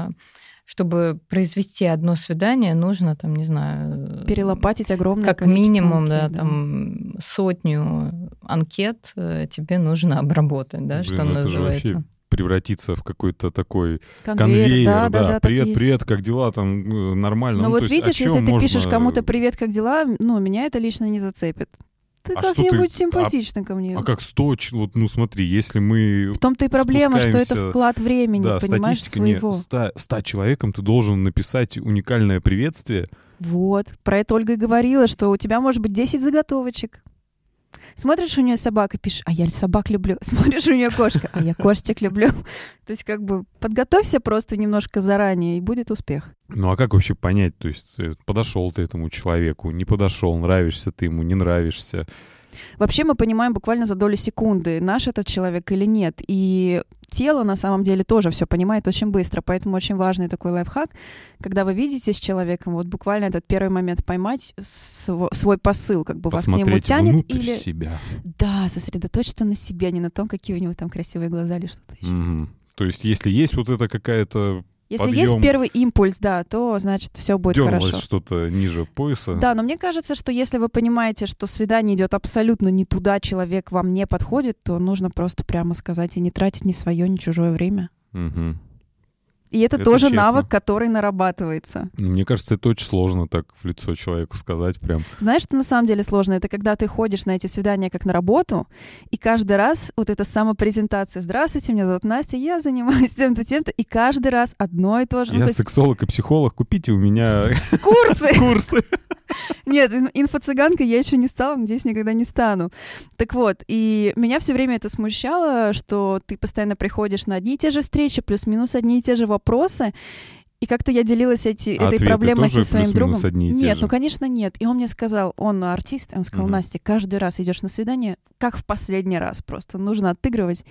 чтобы произвести одно свидание, нужно, там, не знаю... Перелопатить огромное как количество минимум, анкет, да, да, там сотню анкет тебе нужно обработать, да, Блин, что это называется. Же вообще превратиться в какой-то такой конвейер, конвейер, да, да, да, да, привет, привет, как дела, там нормально. Но ну, вот есть, видишь, если ты можно... пишешь кому-то привет, как дела, ну, меня это лично не зацепит. Ты а как-нибудь ты... симпатично а, ко мне. А как сто, вот, ну смотри, если мы В том-то и проблема, что это вклад времени, да, понимаешь, своего. Не, ста, ста человеком ты должен написать уникальное приветствие. Вот, про это Ольга и говорила, что у тебя может быть десять заготовочек. Смотришь, у нее собака, пишешь: а я собак люблю. Смотришь, у нее кошка: а я кошечек люблю. То есть как бы подготовься просто немножко заранее, и будет успех. Ну а как вообще понять, то есть подошел ты этому человеку, не подошел, нравишься ты ему, не нравишься? Вообще мы понимаем буквально за долю секунды, наш этот человек или нет. И тело на самом деле тоже все понимает очень быстро, поэтому очень важный такой лайфхак, когда вы видитесь с человеком, вот буквально этот первый момент поймать свой, свой посыл, как бы вас к нему тянет. Или себя. Да, сосредоточиться на себе, а не на том, какие у него там красивые глаза или что-то еще. Mm-hmm. То есть если есть вот это какая-то Если подъем, есть первый импульс, да, то, значит, все будет дернулось хорошо. Что-то ниже пояса. Да, но мне кажется, что если вы понимаете, что свидание идет абсолютно не туда, человек вам не подходит, то нужно просто прямо сказать и не тратить ни свое, ни чужое время. Угу. И это, это тоже честно. навык, который нарабатывается. Мне кажется, это очень сложно так в лицо человеку сказать прям. Знаешь, что на самом деле сложно? Это когда ты ходишь на эти свидания как на работу, и каждый раз вот эта самопрезентация: здравствуйте, меня зовут Настя, я занимаюсь тем-то, тем-то, и каждый раз одно и то же. Я ну, то сексолог и психолог, купите у меня курсы. Курсы. Нет, инфо-цыганкой я еще не стала, надеюсь, никогда не стану. Так вот, и меня все время это смущало, что ты постоянно приходишь на одни и те же встречи, плюс-минус одни и те же вопросы, и как-то я делилась эти, а этой проблемой со своим другом. Нет, же? ну, конечно, нет. И он мне сказал, он артист, он сказал: угу. Настя, каждый раз идешь на свидание, как в последний раз, просто нужно отыгрывать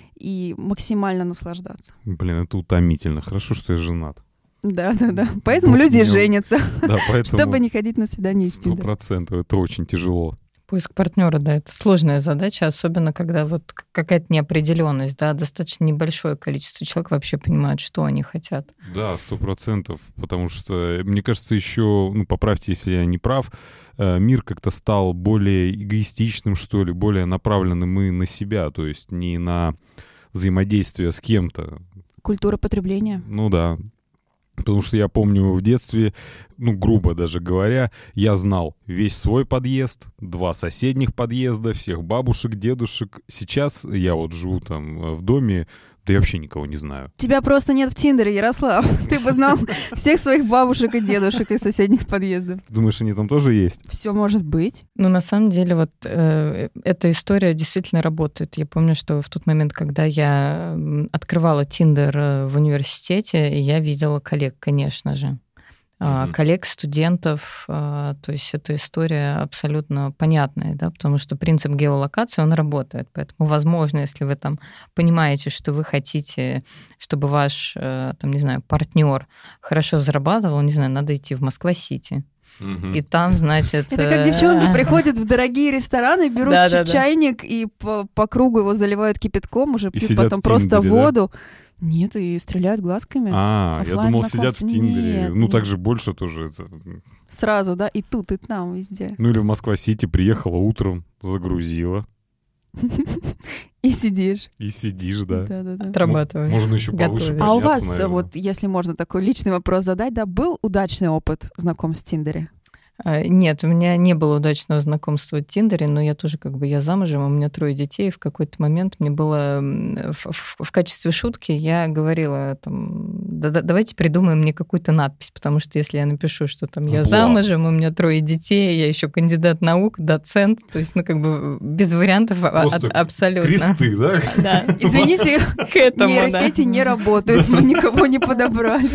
и максимально наслаждаться. Блин, это утомительно. Хорошо, что я женат. Да-да-да. Поэтому вот люди меня... женятся, да, поэтому... чтобы не ходить на свидание с Тиндера. Сто процентов. Это очень тяжело. Поиск партнера, да, это сложная задача, особенно когда вот какая-то неопределенность, да, достаточно небольшое количество человек вообще понимают, что они хотят. Да, сто процентов, потому что, мне кажется, еще, ну, поправьте, если я не прав, мир как-то стал более эгоистичным, что ли, более направленным и на себя, то есть не на взаимодействие с кем-то. Культура потребления. Ну да. Потому что я помню в детстве, ну, грубо даже говоря, я знал весь свой подъезд, два соседних подъезда, всех бабушек, дедушек. Сейчас я вот живу там в доме, да я вообще никого не знаю. Тебя просто нет в Тиндере, Ярослав. Ты бы знал всех своих бабушек и дедушек из соседних подъездов. Думаешь, они там тоже есть? Все может быть. Ну, на самом деле, вот э, эта история действительно работает. Я помню, что в тот момент, когда я открывала Тиндер в университете, я видела коллег, конечно же. Mm-hmm. коллег, студентов, то есть эта история абсолютно понятная, да, потому что принцип геолокации, он работает, поэтому, возможно, если вы там понимаете, что вы хотите, чтобы ваш, там, не знаю, партнер хорошо зарабатывал, не знаю, надо идти в Москва-Сити. Uh-huh. И там, значит... Это как девчонки приходят в дорогие рестораны, берут да, да, чайник да. и по, по кругу его заливают кипятком, уже и пьют потом просто Тиндере, воду. Да? Нет, и стреляют глазками. А, Оффлайн я думал, знакомств. сидят в Тиндере. Нет, ну, нет. так же больше тоже. Это... Сразу, да? И тут, и там, везде. Ну, или в Москва-Сити приехала утром, загрузила. И сидишь. И сидишь, да. Да-да-да. Отрабатываешь. Можно еще повыше Готовишь. А у подняться, вас, наверное. вот если можно такой личный вопрос задать, да, был удачный опыт знакомств в Тиндере? Нет, у меня не было удачного знакомства в Тиндере, но я тоже как бы я замужем, у меня трое детей. В какой-то момент мне было в, в, в качестве шутки я говорила там, да, да, давайте придумаем мне какую-то надпись, потому что если я напишу, что там я Бла. замужем, у меня трое детей, я еще кандидат наук, доцент, то есть ну как бы без вариантов Просто а, абсолютно. Кресты, да? Да. Извините, К этому, нейросети да. не работают, мы никого не подобрали.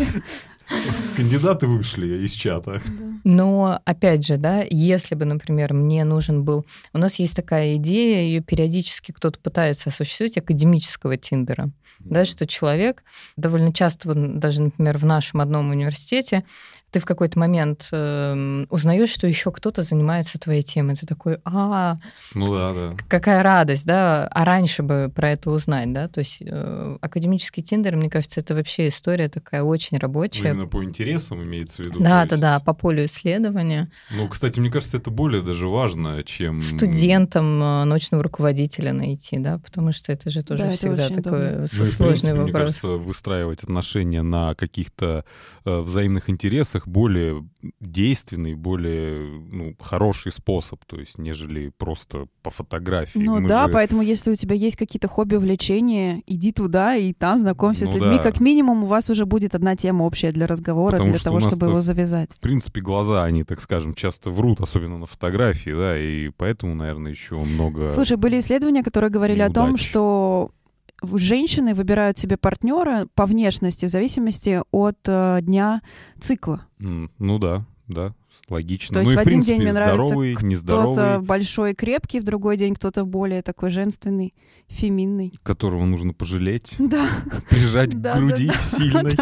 Кандидаты вышли из чата. Но, опять же, да, если бы, например, мне нужен был... У нас есть такая идея, ее периодически кто-то пытается осуществить, академического Тиндера. Да, что человек довольно часто, вот даже, например, в нашем одном университете, ты в какой-то момент э, узнаешь, что еще кто-то занимается твоей темой. Ты такой, а, Ну да, да. какая радость, да, а раньше бы про это узнать, да, то есть э, академический Тиндер, мне кажется, это вообще история такая очень рабочая. Именно по интересам имеется в виду. Да, то да, есть- да, по полю исследования. Ну, кстати, мне кажется, это более даже важно, чем... Студентам э, научного руководителя найти, да, потому что это же тоже Да, это всегда очень такой удобно. Ну, и, с- в сложный принципе, мне вопрос. кажется, выстраивать отношения на каких-то э, взаимных интересах более действенный, более ну, хороший способ, то есть, нежели просто по фотографии. Ну Мы да, же- поэтому если у тебя есть какие-то хобби, увлечения, иди туда и там знакомься с Ну людьми. да. Как минимум у вас уже будет одна тема общая для разговора, Потому для что того, у нас чтобы тут- его завязать. В принципе, глаза, они, так скажем, часто врут, особенно на фотографии, да, и поэтому, наверное, еще много... Слушай, были исследования, которые говорили о том, неудач. что женщины выбирают себе партнера по внешности в зависимости от э, дня цикла. М, Ну да, да, логично. То есть ну и, в в один принципе, день мне нравится здоровый, Кто-то нездоровый, большой и крепкий, в другой день кто-то более такой женственный, феминный. которого нужно пожалеть, Да. прижать Да, к груди да, да. сильной.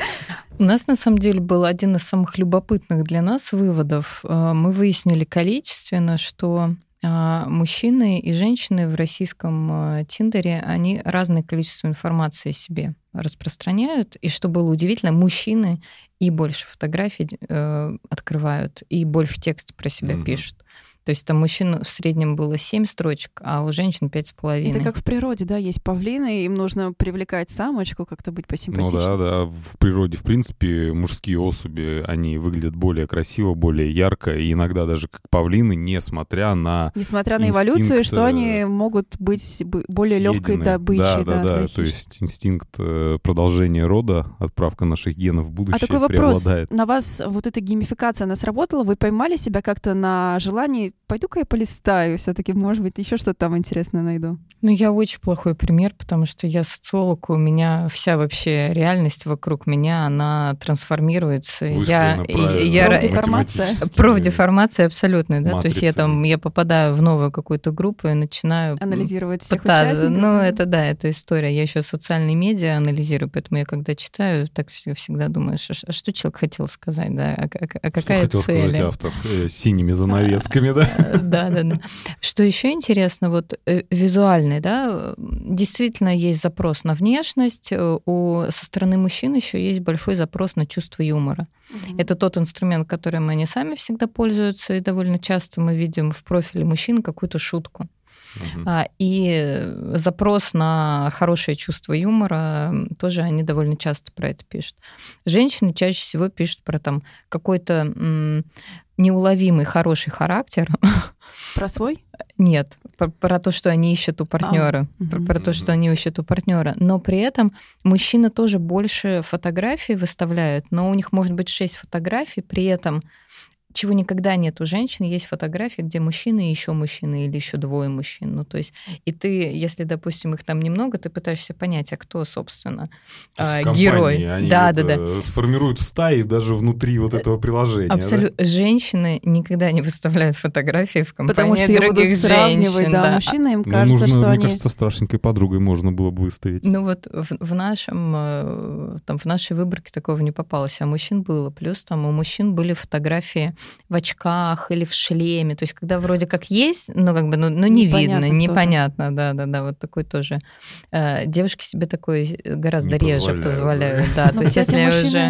У нас, на самом деле, был один из самых любопытных для нас выводов. Э, Мы выяснили количественно, что э, мужчины и женщины в российском э, Тиндере, они разное количество информации о себе распространяют. И что было удивительно, мужчины и больше фотографий э, открывают, и больше текста про себя Мгм. пишут. То есть там мужчин в среднем было семь строчек, а у женщин пять с половиной. Это как в природе, да, есть павлины, им нужно привлекать самочку, как-то быть Ну посимпатичнее. да, да, в природе, в принципе, мужские особи, они выглядят более красиво, более ярко, и иногда даже как павлины, несмотря на Несмотря на эволюцию, инстинкт, что э, они могут быть б- более легкой съеденные. добычей. Да, да, да, для то хищника. есть инстинкт э, продолжения рода, отправка наших генов в будущее А такой вопрос. преобладает. На вас вот эта геймификация, она сработала? Вы поймали себя как-то на желании, пойду-ка я полистаю, все-таки, может быть, еще что-то там интересное найду? Ну, я очень плохой пример, потому что я социолог, у меня вся вообще реальность вокруг меня, она трансформируется. Я, Выстроена правильно, я, Профдеформация. математически. профдеформация абсолютная, да, то есть я матрицы. там, я попадаю в новую какую-то группу и начинаю Анализировать всех пытаться. участников? Ну, это да, это история. Я еще социальные медиа анализирую, поэтому я когда читаю, так всегда, всегда думаю, а, а что человек хотел сказать, да, а, а- а какая Что хотел цель? сказать автор э, с синими занавесками, да? Да, да, да. Что еще интересно, вот э, визуальный, да, действительно есть запрос на внешность, э, у, со стороны мужчин еще есть большой запрос на чувство юмора. Мгм. Это тот инструмент, которым они сами всегда пользуются, и довольно часто мы видим в профиле мужчин какую-то шутку. Мгм. А, И запрос на хорошее чувство юмора м, тоже они довольно часто про это пишут. Женщины чаще всего пишут про там какой-то м, неуловимый хороший характер. Про свой? Нет, про, про то, что они ищут у партнера, А, про, мгм. про то, что они ищут у партнера. Но при этом мужчины тоже больше фотографий выставляют, но у них может быть шесть фотографий, при этом чего никогда нет у женщин, есть фотографии, где мужчины и еще мужчины, или еще двое мужчин. Ну, то есть, и ты, если, допустим, их там немного, ты пытаешься понять, а кто, собственно, То есть а, компании, герой. они Да, это да, да. сформируют стаи даже внутри вот этого приложения. да? Абсолютно. Женщины никогда не выставляют фотографии в компании Потому что ее других будут сравнивать, женщин. да, да. мужчины, им Ну, кажется, нужно, что мне они... кажется, страшненькой подругой можно было бы выставить. Ну вот в, в нашем, э, там, в нашей выборке такого не попалось, а мужчин было. Плюс там у мужчин были фотографии в очках или в шлеме. То есть когда вроде как есть, но как бы, ну, ну не Непонятно, видно, кто непонятно, да-да-да, вот такой тоже. Э, девушки себе такое гораздо Не реже позволяют, позволяют. Да, то Ну, есть кстати, если мужчины уже...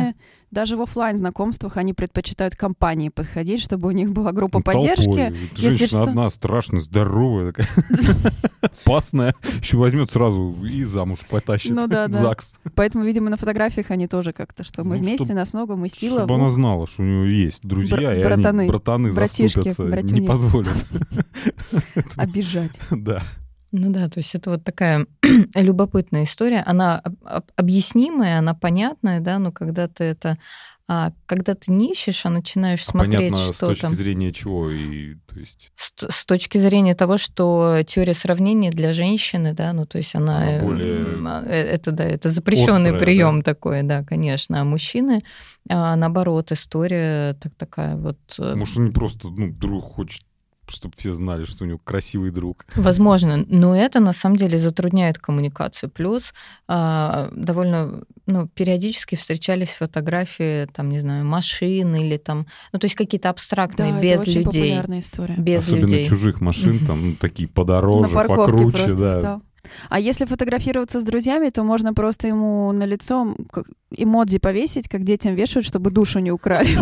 Даже в офлайн знакомствах они предпочитают к компании подходить, чтобы у них была группа Ну, поддержки. толпой. Если Женщина что- одна, страшная, здоровая, такая, опасная. Еще возьмет сразу и замуж потащит Ну да, в да. ЗАГС. Поэтому, видимо, на фотографиях они тоже как-то, что мы Ну, вместе, чтоб- нас много, мы сила. Чтобы она знала, что у нее есть друзья, Бра- и братаны, они, братаны, братишки, заступятся, не братюни. позволят. Обижать. Да. Ну да, то есть это вот такая любопытная история. Она об- об- объяснимая, она понятная, да, но когда ты это... А когда ты не ищешь, а начинаешь А смотреть, понятно, с что точки там... зрения чего, и, то есть, С, с точки зрения того, что теория сравнения для женщины, да, ну то есть она... Она э, более м, а, э, это, да, это запрещенный острая, прием такой, да, конечно. А мужчины, а, наоборот, история так, такая вот... э, может, он не просто, ну, друг хочет, чтобы все знали, что у него красивый друг. Возможно, но это на самом деле затрудняет коммуникацию. Плюс а, довольно, ну, периодически встречались фотографии, там, не знаю, машин или там, ну, то есть какие-то абстрактные, Да, без это очень людей. популярная история. Без Особенно людей. чужих машин, там, ну, такие подороже, На парковке покруче, просто да. встал. А если фотографироваться с друзьями, то можно просто ему на лицо как- эмодзи повесить, как детям вешают, чтобы душу не украли.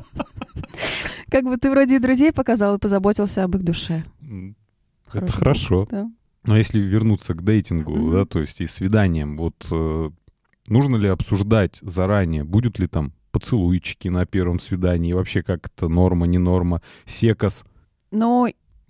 Как бы ты вроде и друзей показал и позаботился об их душе. М, Хороший Это хорошо. Да. Но если вернуться к дейтингу, Мгм. да, то есть и свиданиям, вот э, нужно ли обсуждать заранее, будут ли там поцелуйчики на первом свидании, и вообще как это норма, не норма, секс, Но,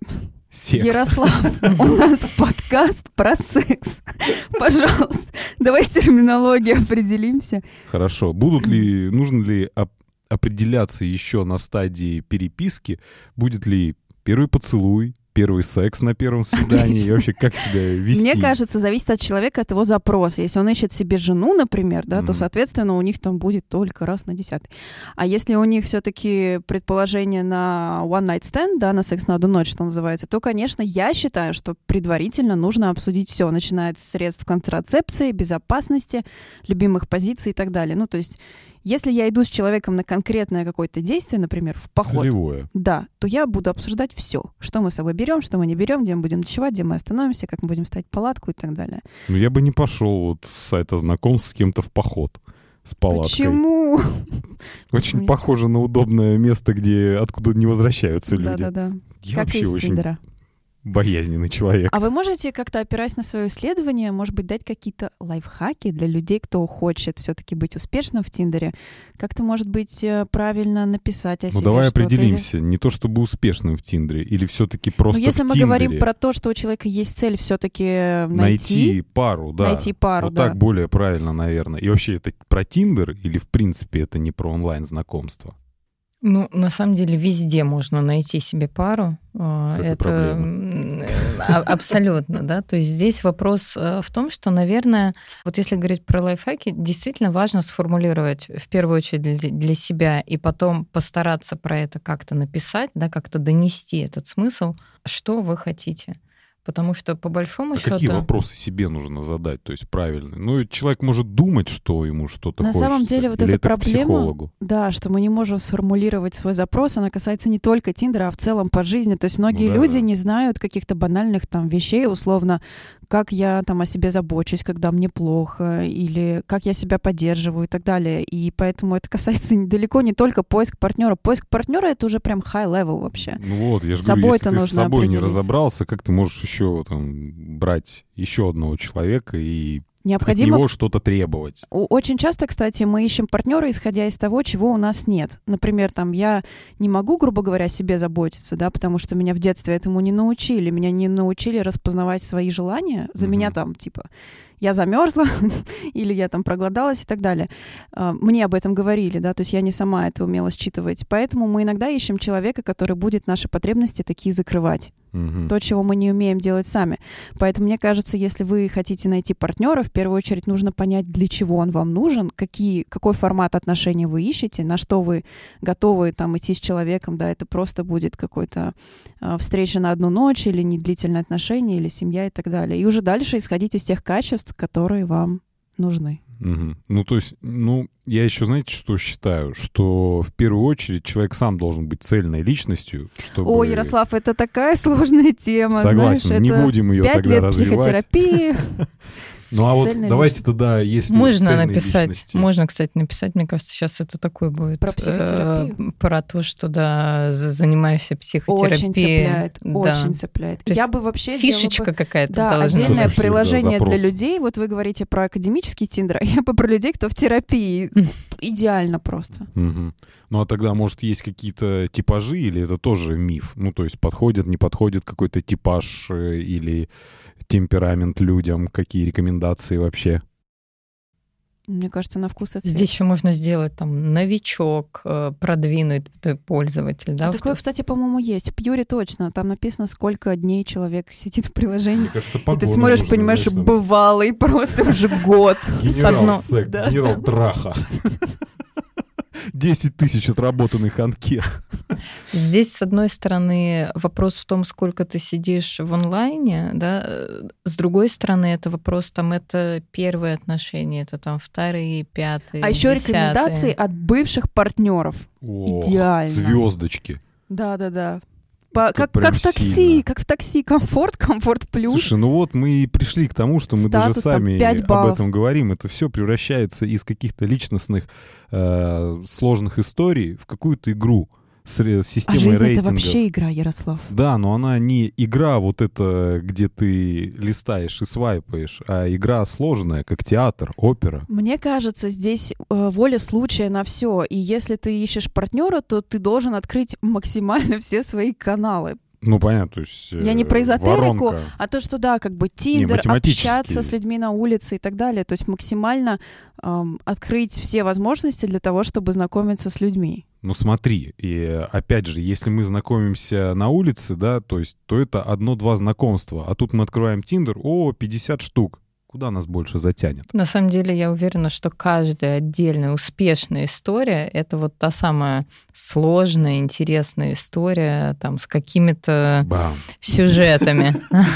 секс. Ярослав, у нас подкаст про секс. Пожалуйста, давай с терминологией определимся. Хорошо. Будут ли, нужно ли оп- определяться еще на стадии переписки, будет ли первый поцелуй, первый секс на первом свидании, и Отлично. вообще как себя вести? Мне кажется, зависит от человека, от его запроса. Если он ищет себе жену, например, да, то, Мгм. соответственно, у них там будет только раз на десятый. А если у них все-таки предположение на one night stand, да, на секс на одну ночь, что называется, то, конечно, я считаю, что предварительно нужно обсудить все, начиная с средств контрацепции, безопасности, любимых позиций и так далее. Ну, то есть, если я иду с человеком на конкретное какое-то действие, например, в поход, Целевое. да, то я буду обсуждать все, что мы с собой берем, что мы не берем, где мы будем ночевать, где мы остановимся, как мы будем ставить палатку и так далее. Ну, я бы не пошел вот с сайта знакомств с кем-то в поход с палаткой. Почему? Очень Мне- похоже на удобное место, где откуда не возвращаются люди. Да-да-да. Я Как вообще из очень Тиндера. боязненный человек. А вы можете как-то, опираясь на свое исследование, может быть, дать какие-то лайфхаки для людей, кто хочет все-таки быть успешным в Тиндере? Как-то, может быть, э, правильно написать о Ну себе давай что-то? определимся, не то чтобы успешным в Тиндере, или все-таки Или- просто Ну, если в мы Тиндере говорим про то, что у человека есть цель все-таки найти, найти пару, да. найти пару, вот да. так более правильно, наверное. И вообще это про Тиндер или в принципе это не про онлайн-знакомство? Ну, на самом деле, везде можно найти себе пару. А, Это Это проблема. м, а- абсолютно, да. То есть здесь вопрос э, в том, что, наверное, вот если говорить про лайфхаки, действительно важно сформулировать в первую очередь для, для себя и потом постараться про это как-то написать, да, как-то донести этот смысл, что вы хотите. Потому что по большому А счету... какие вопросы себе нужно задать, то есть правильно? Ну, человек может думать, что ему что-то На хочется. самом деле вот или эта это к проблема, психологу? да, что мы не можем сформулировать свой запрос, она касается не только Тиндера, а в целом по жизни. То есть многие Ну да, люди да. не знают каких-то банальных там вещей, условно, как я там о себе забочусь, когда мне плохо, или как я себя поддерживаю и так далее. И поэтому это касается далеко не только поиск партнера. Поиск партнера — это уже прям high level вообще. Ну вот, я же С говорю, если собой-то ты с нужно собой не определиться. разобрался, как ты можешь еще там брать еще одного человека и от Необходимо него что-то требовать? О- Очень часто, кстати, мы ищем партнера, исходя из того, чего у нас нет. Например, там, я не могу, грубо говоря, о себе заботиться, да, потому что меня в детстве этому не научили. Меня не научили распознавать свои желания. За Мгм. меня там, типа, я замерзла, или я там проголодалась и так далее. А, Мне об этом говорили, да, то есть я не сама это умела считывать. Поэтому мы иногда ищем человека, который будет наши потребности такие закрывать. Мгм. То, чего мы не умеем делать сами. Поэтому, мне кажется, если вы хотите найти партнера, в первую очередь нужно понять, для чего он вам нужен, какие, какой формат отношений вы ищете, на что вы готовы там идти с человеком, да, это просто будет какой-то э, встреча на одну ночь или недлительные отношения, или семья и так далее. И уже дальше исходить из тех качеств, которые вам нужны. Мгм. Ну, то есть, ну, я еще, знаете, что считаю? Что в первую очередь человек сам должен быть цельной личностью, чтобы... О, Ярослав, это такая сложная тема, Согласен, знаешь, не это будем ее пять тогда лет развивать. психотерапии. Ну а вот давайте тогда, если можно написать, личности... можно, кстати, написать, мне кажется, сейчас это такое будет. Про психотерапию? Э, про то, что, да, занимаешься психотерапией. Очень цепляет, да. очень цепляет. То Я бы вообще фишечка бы, какая-то да, должна быть. отдельное Слушай, приложение да, для людей. Вот вы говорите про академический Тиндер, а я бы про людей, кто в терапии. Идеально просто. Угу. Ну а тогда, может, есть какие-то типажи, или это тоже миф? Ну, то есть подходит, не подходит какой-то типаж или темперамент людям, какие рекомендации вообще? Мне кажется, на вкус и цвет. Здесь еще можно сделать там новичок, продвинутый пользователь. Да, а такое, кстати, по-моему, есть. В Пьюре точно. Там написано, сколько дней человек сидит в приложении. Мне кажется, и ты смотришь, нужно, понимаешь, знаешь, бывалый просто уже год. Генерал сек, генерал траха. десять тысяч отработанных анкет. Здесь, с одной стороны, вопрос в том, сколько ты сидишь в онлайне, да, с другой стороны, это вопрос, там, это первые отношения, это там вторые, пятые, А еще десятые. рекомендации от бывших партнеров. О, идеально. Звездочки. Да-да-да. По, как, как в такси, сильно. как в такси, комфорт, комфорт плюс. Слушай, ну вот мы и пришли к тому, что мы Статус, даже сами там, об этом говорим. Это все превращается из каких-то личностных э, сложных историй в какую-то игру с системой а жизнь рейтингов. Это вообще игра, Ярослав. Да, но она не игра вот эта, где ты листаешь и свайпаешь, а игра сложная, как театр, опера. Мне кажется, здесь э, воля случая на все. И если ты ищешь партнера, то ты должен открыть максимально все свои каналы. Ну, понятно, то есть Я не про эзотерику, воронка. а то, что, да, как бы Тиндер, общаться с людьми на улице и так далее. То есть максимально эм, открыть все возможности для того, чтобы знакомиться с людьми. Ну, смотри, и опять же, если мы знакомимся на улице, да, то есть, то это одно-два знакомства. А тут мы открываем Тиндер, о, пятьдесят штук. Куда нас больше затянет? На самом деле, я уверена, что каждая отдельная успешная история — это вот та самая сложная, интересная история там с какими-то Бам. сюжетами.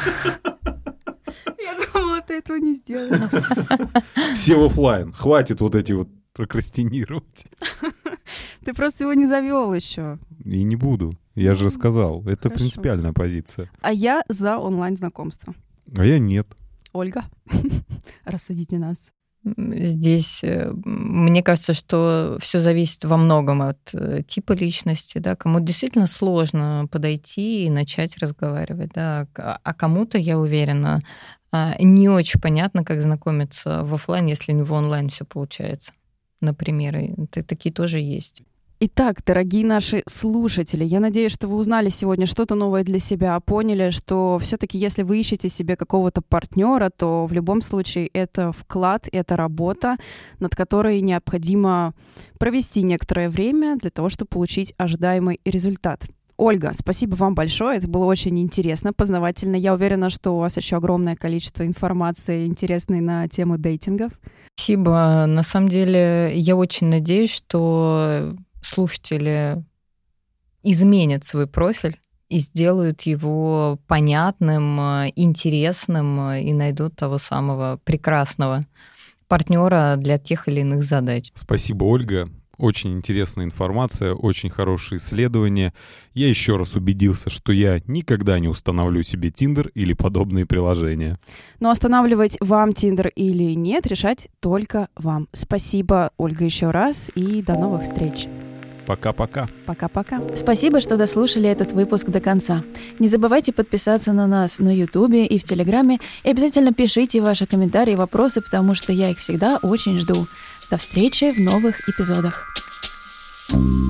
Я думала, ты этого не сделала. Все в офлайн. Хватит вот эти вот прокрастинировать. Ты просто его не завел еще. И не буду. Я же сказал. Это Хорошо. Принципиальная позиция. А я за онлайн-знакомство. А я нет. Ольга, рассудите нас. Здесь, мне кажется, что все зависит во многом от типа личности, да, кому действительно сложно подойти и начать разговаривать, да, а кому-то, я уверена, не очень понятно, как знакомиться в офлайн, если у него онлайн все получается. Например, и такие тоже есть. Итак, дорогие наши слушатели, я надеюсь, что вы узнали сегодня что-то новое для себя, поняли, что все-таки если вы ищете себе какого-то партнера, то в любом случае это вклад, это работа, над которой необходимо провести некоторое время для того, чтобы получить ожидаемый результат. Ольга, спасибо вам большое, это было очень интересно, познавательно. Я уверена, что у вас еще огромное количество информации интересной на тему дейтингов. Спасибо. На самом деле, я очень надеюсь, что слушатели изменят свой профиль и сделают его понятным, интересным и найдут того самого прекрасного партнера для тех или иных задач. Спасибо, Ольга. Очень интересная информация, очень хорошие исследования. Я еще раз убедился, что я никогда не установлю себе Tinder или подобные приложения. Но останавливать вам Tinder или нет, решать только вам. Спасибо, Ольга, еще раз, и до новых встреч. Пока-пока. Пока-пока. Спасибо, что дослушали этот выпуск до конца. Не забывайте подписаться на нас на Ютубе и в Телеграме, и обязательно пишите ваши комментарии и вопросы, потому что я их всегда очень жду. До встречи в новых эпизодах.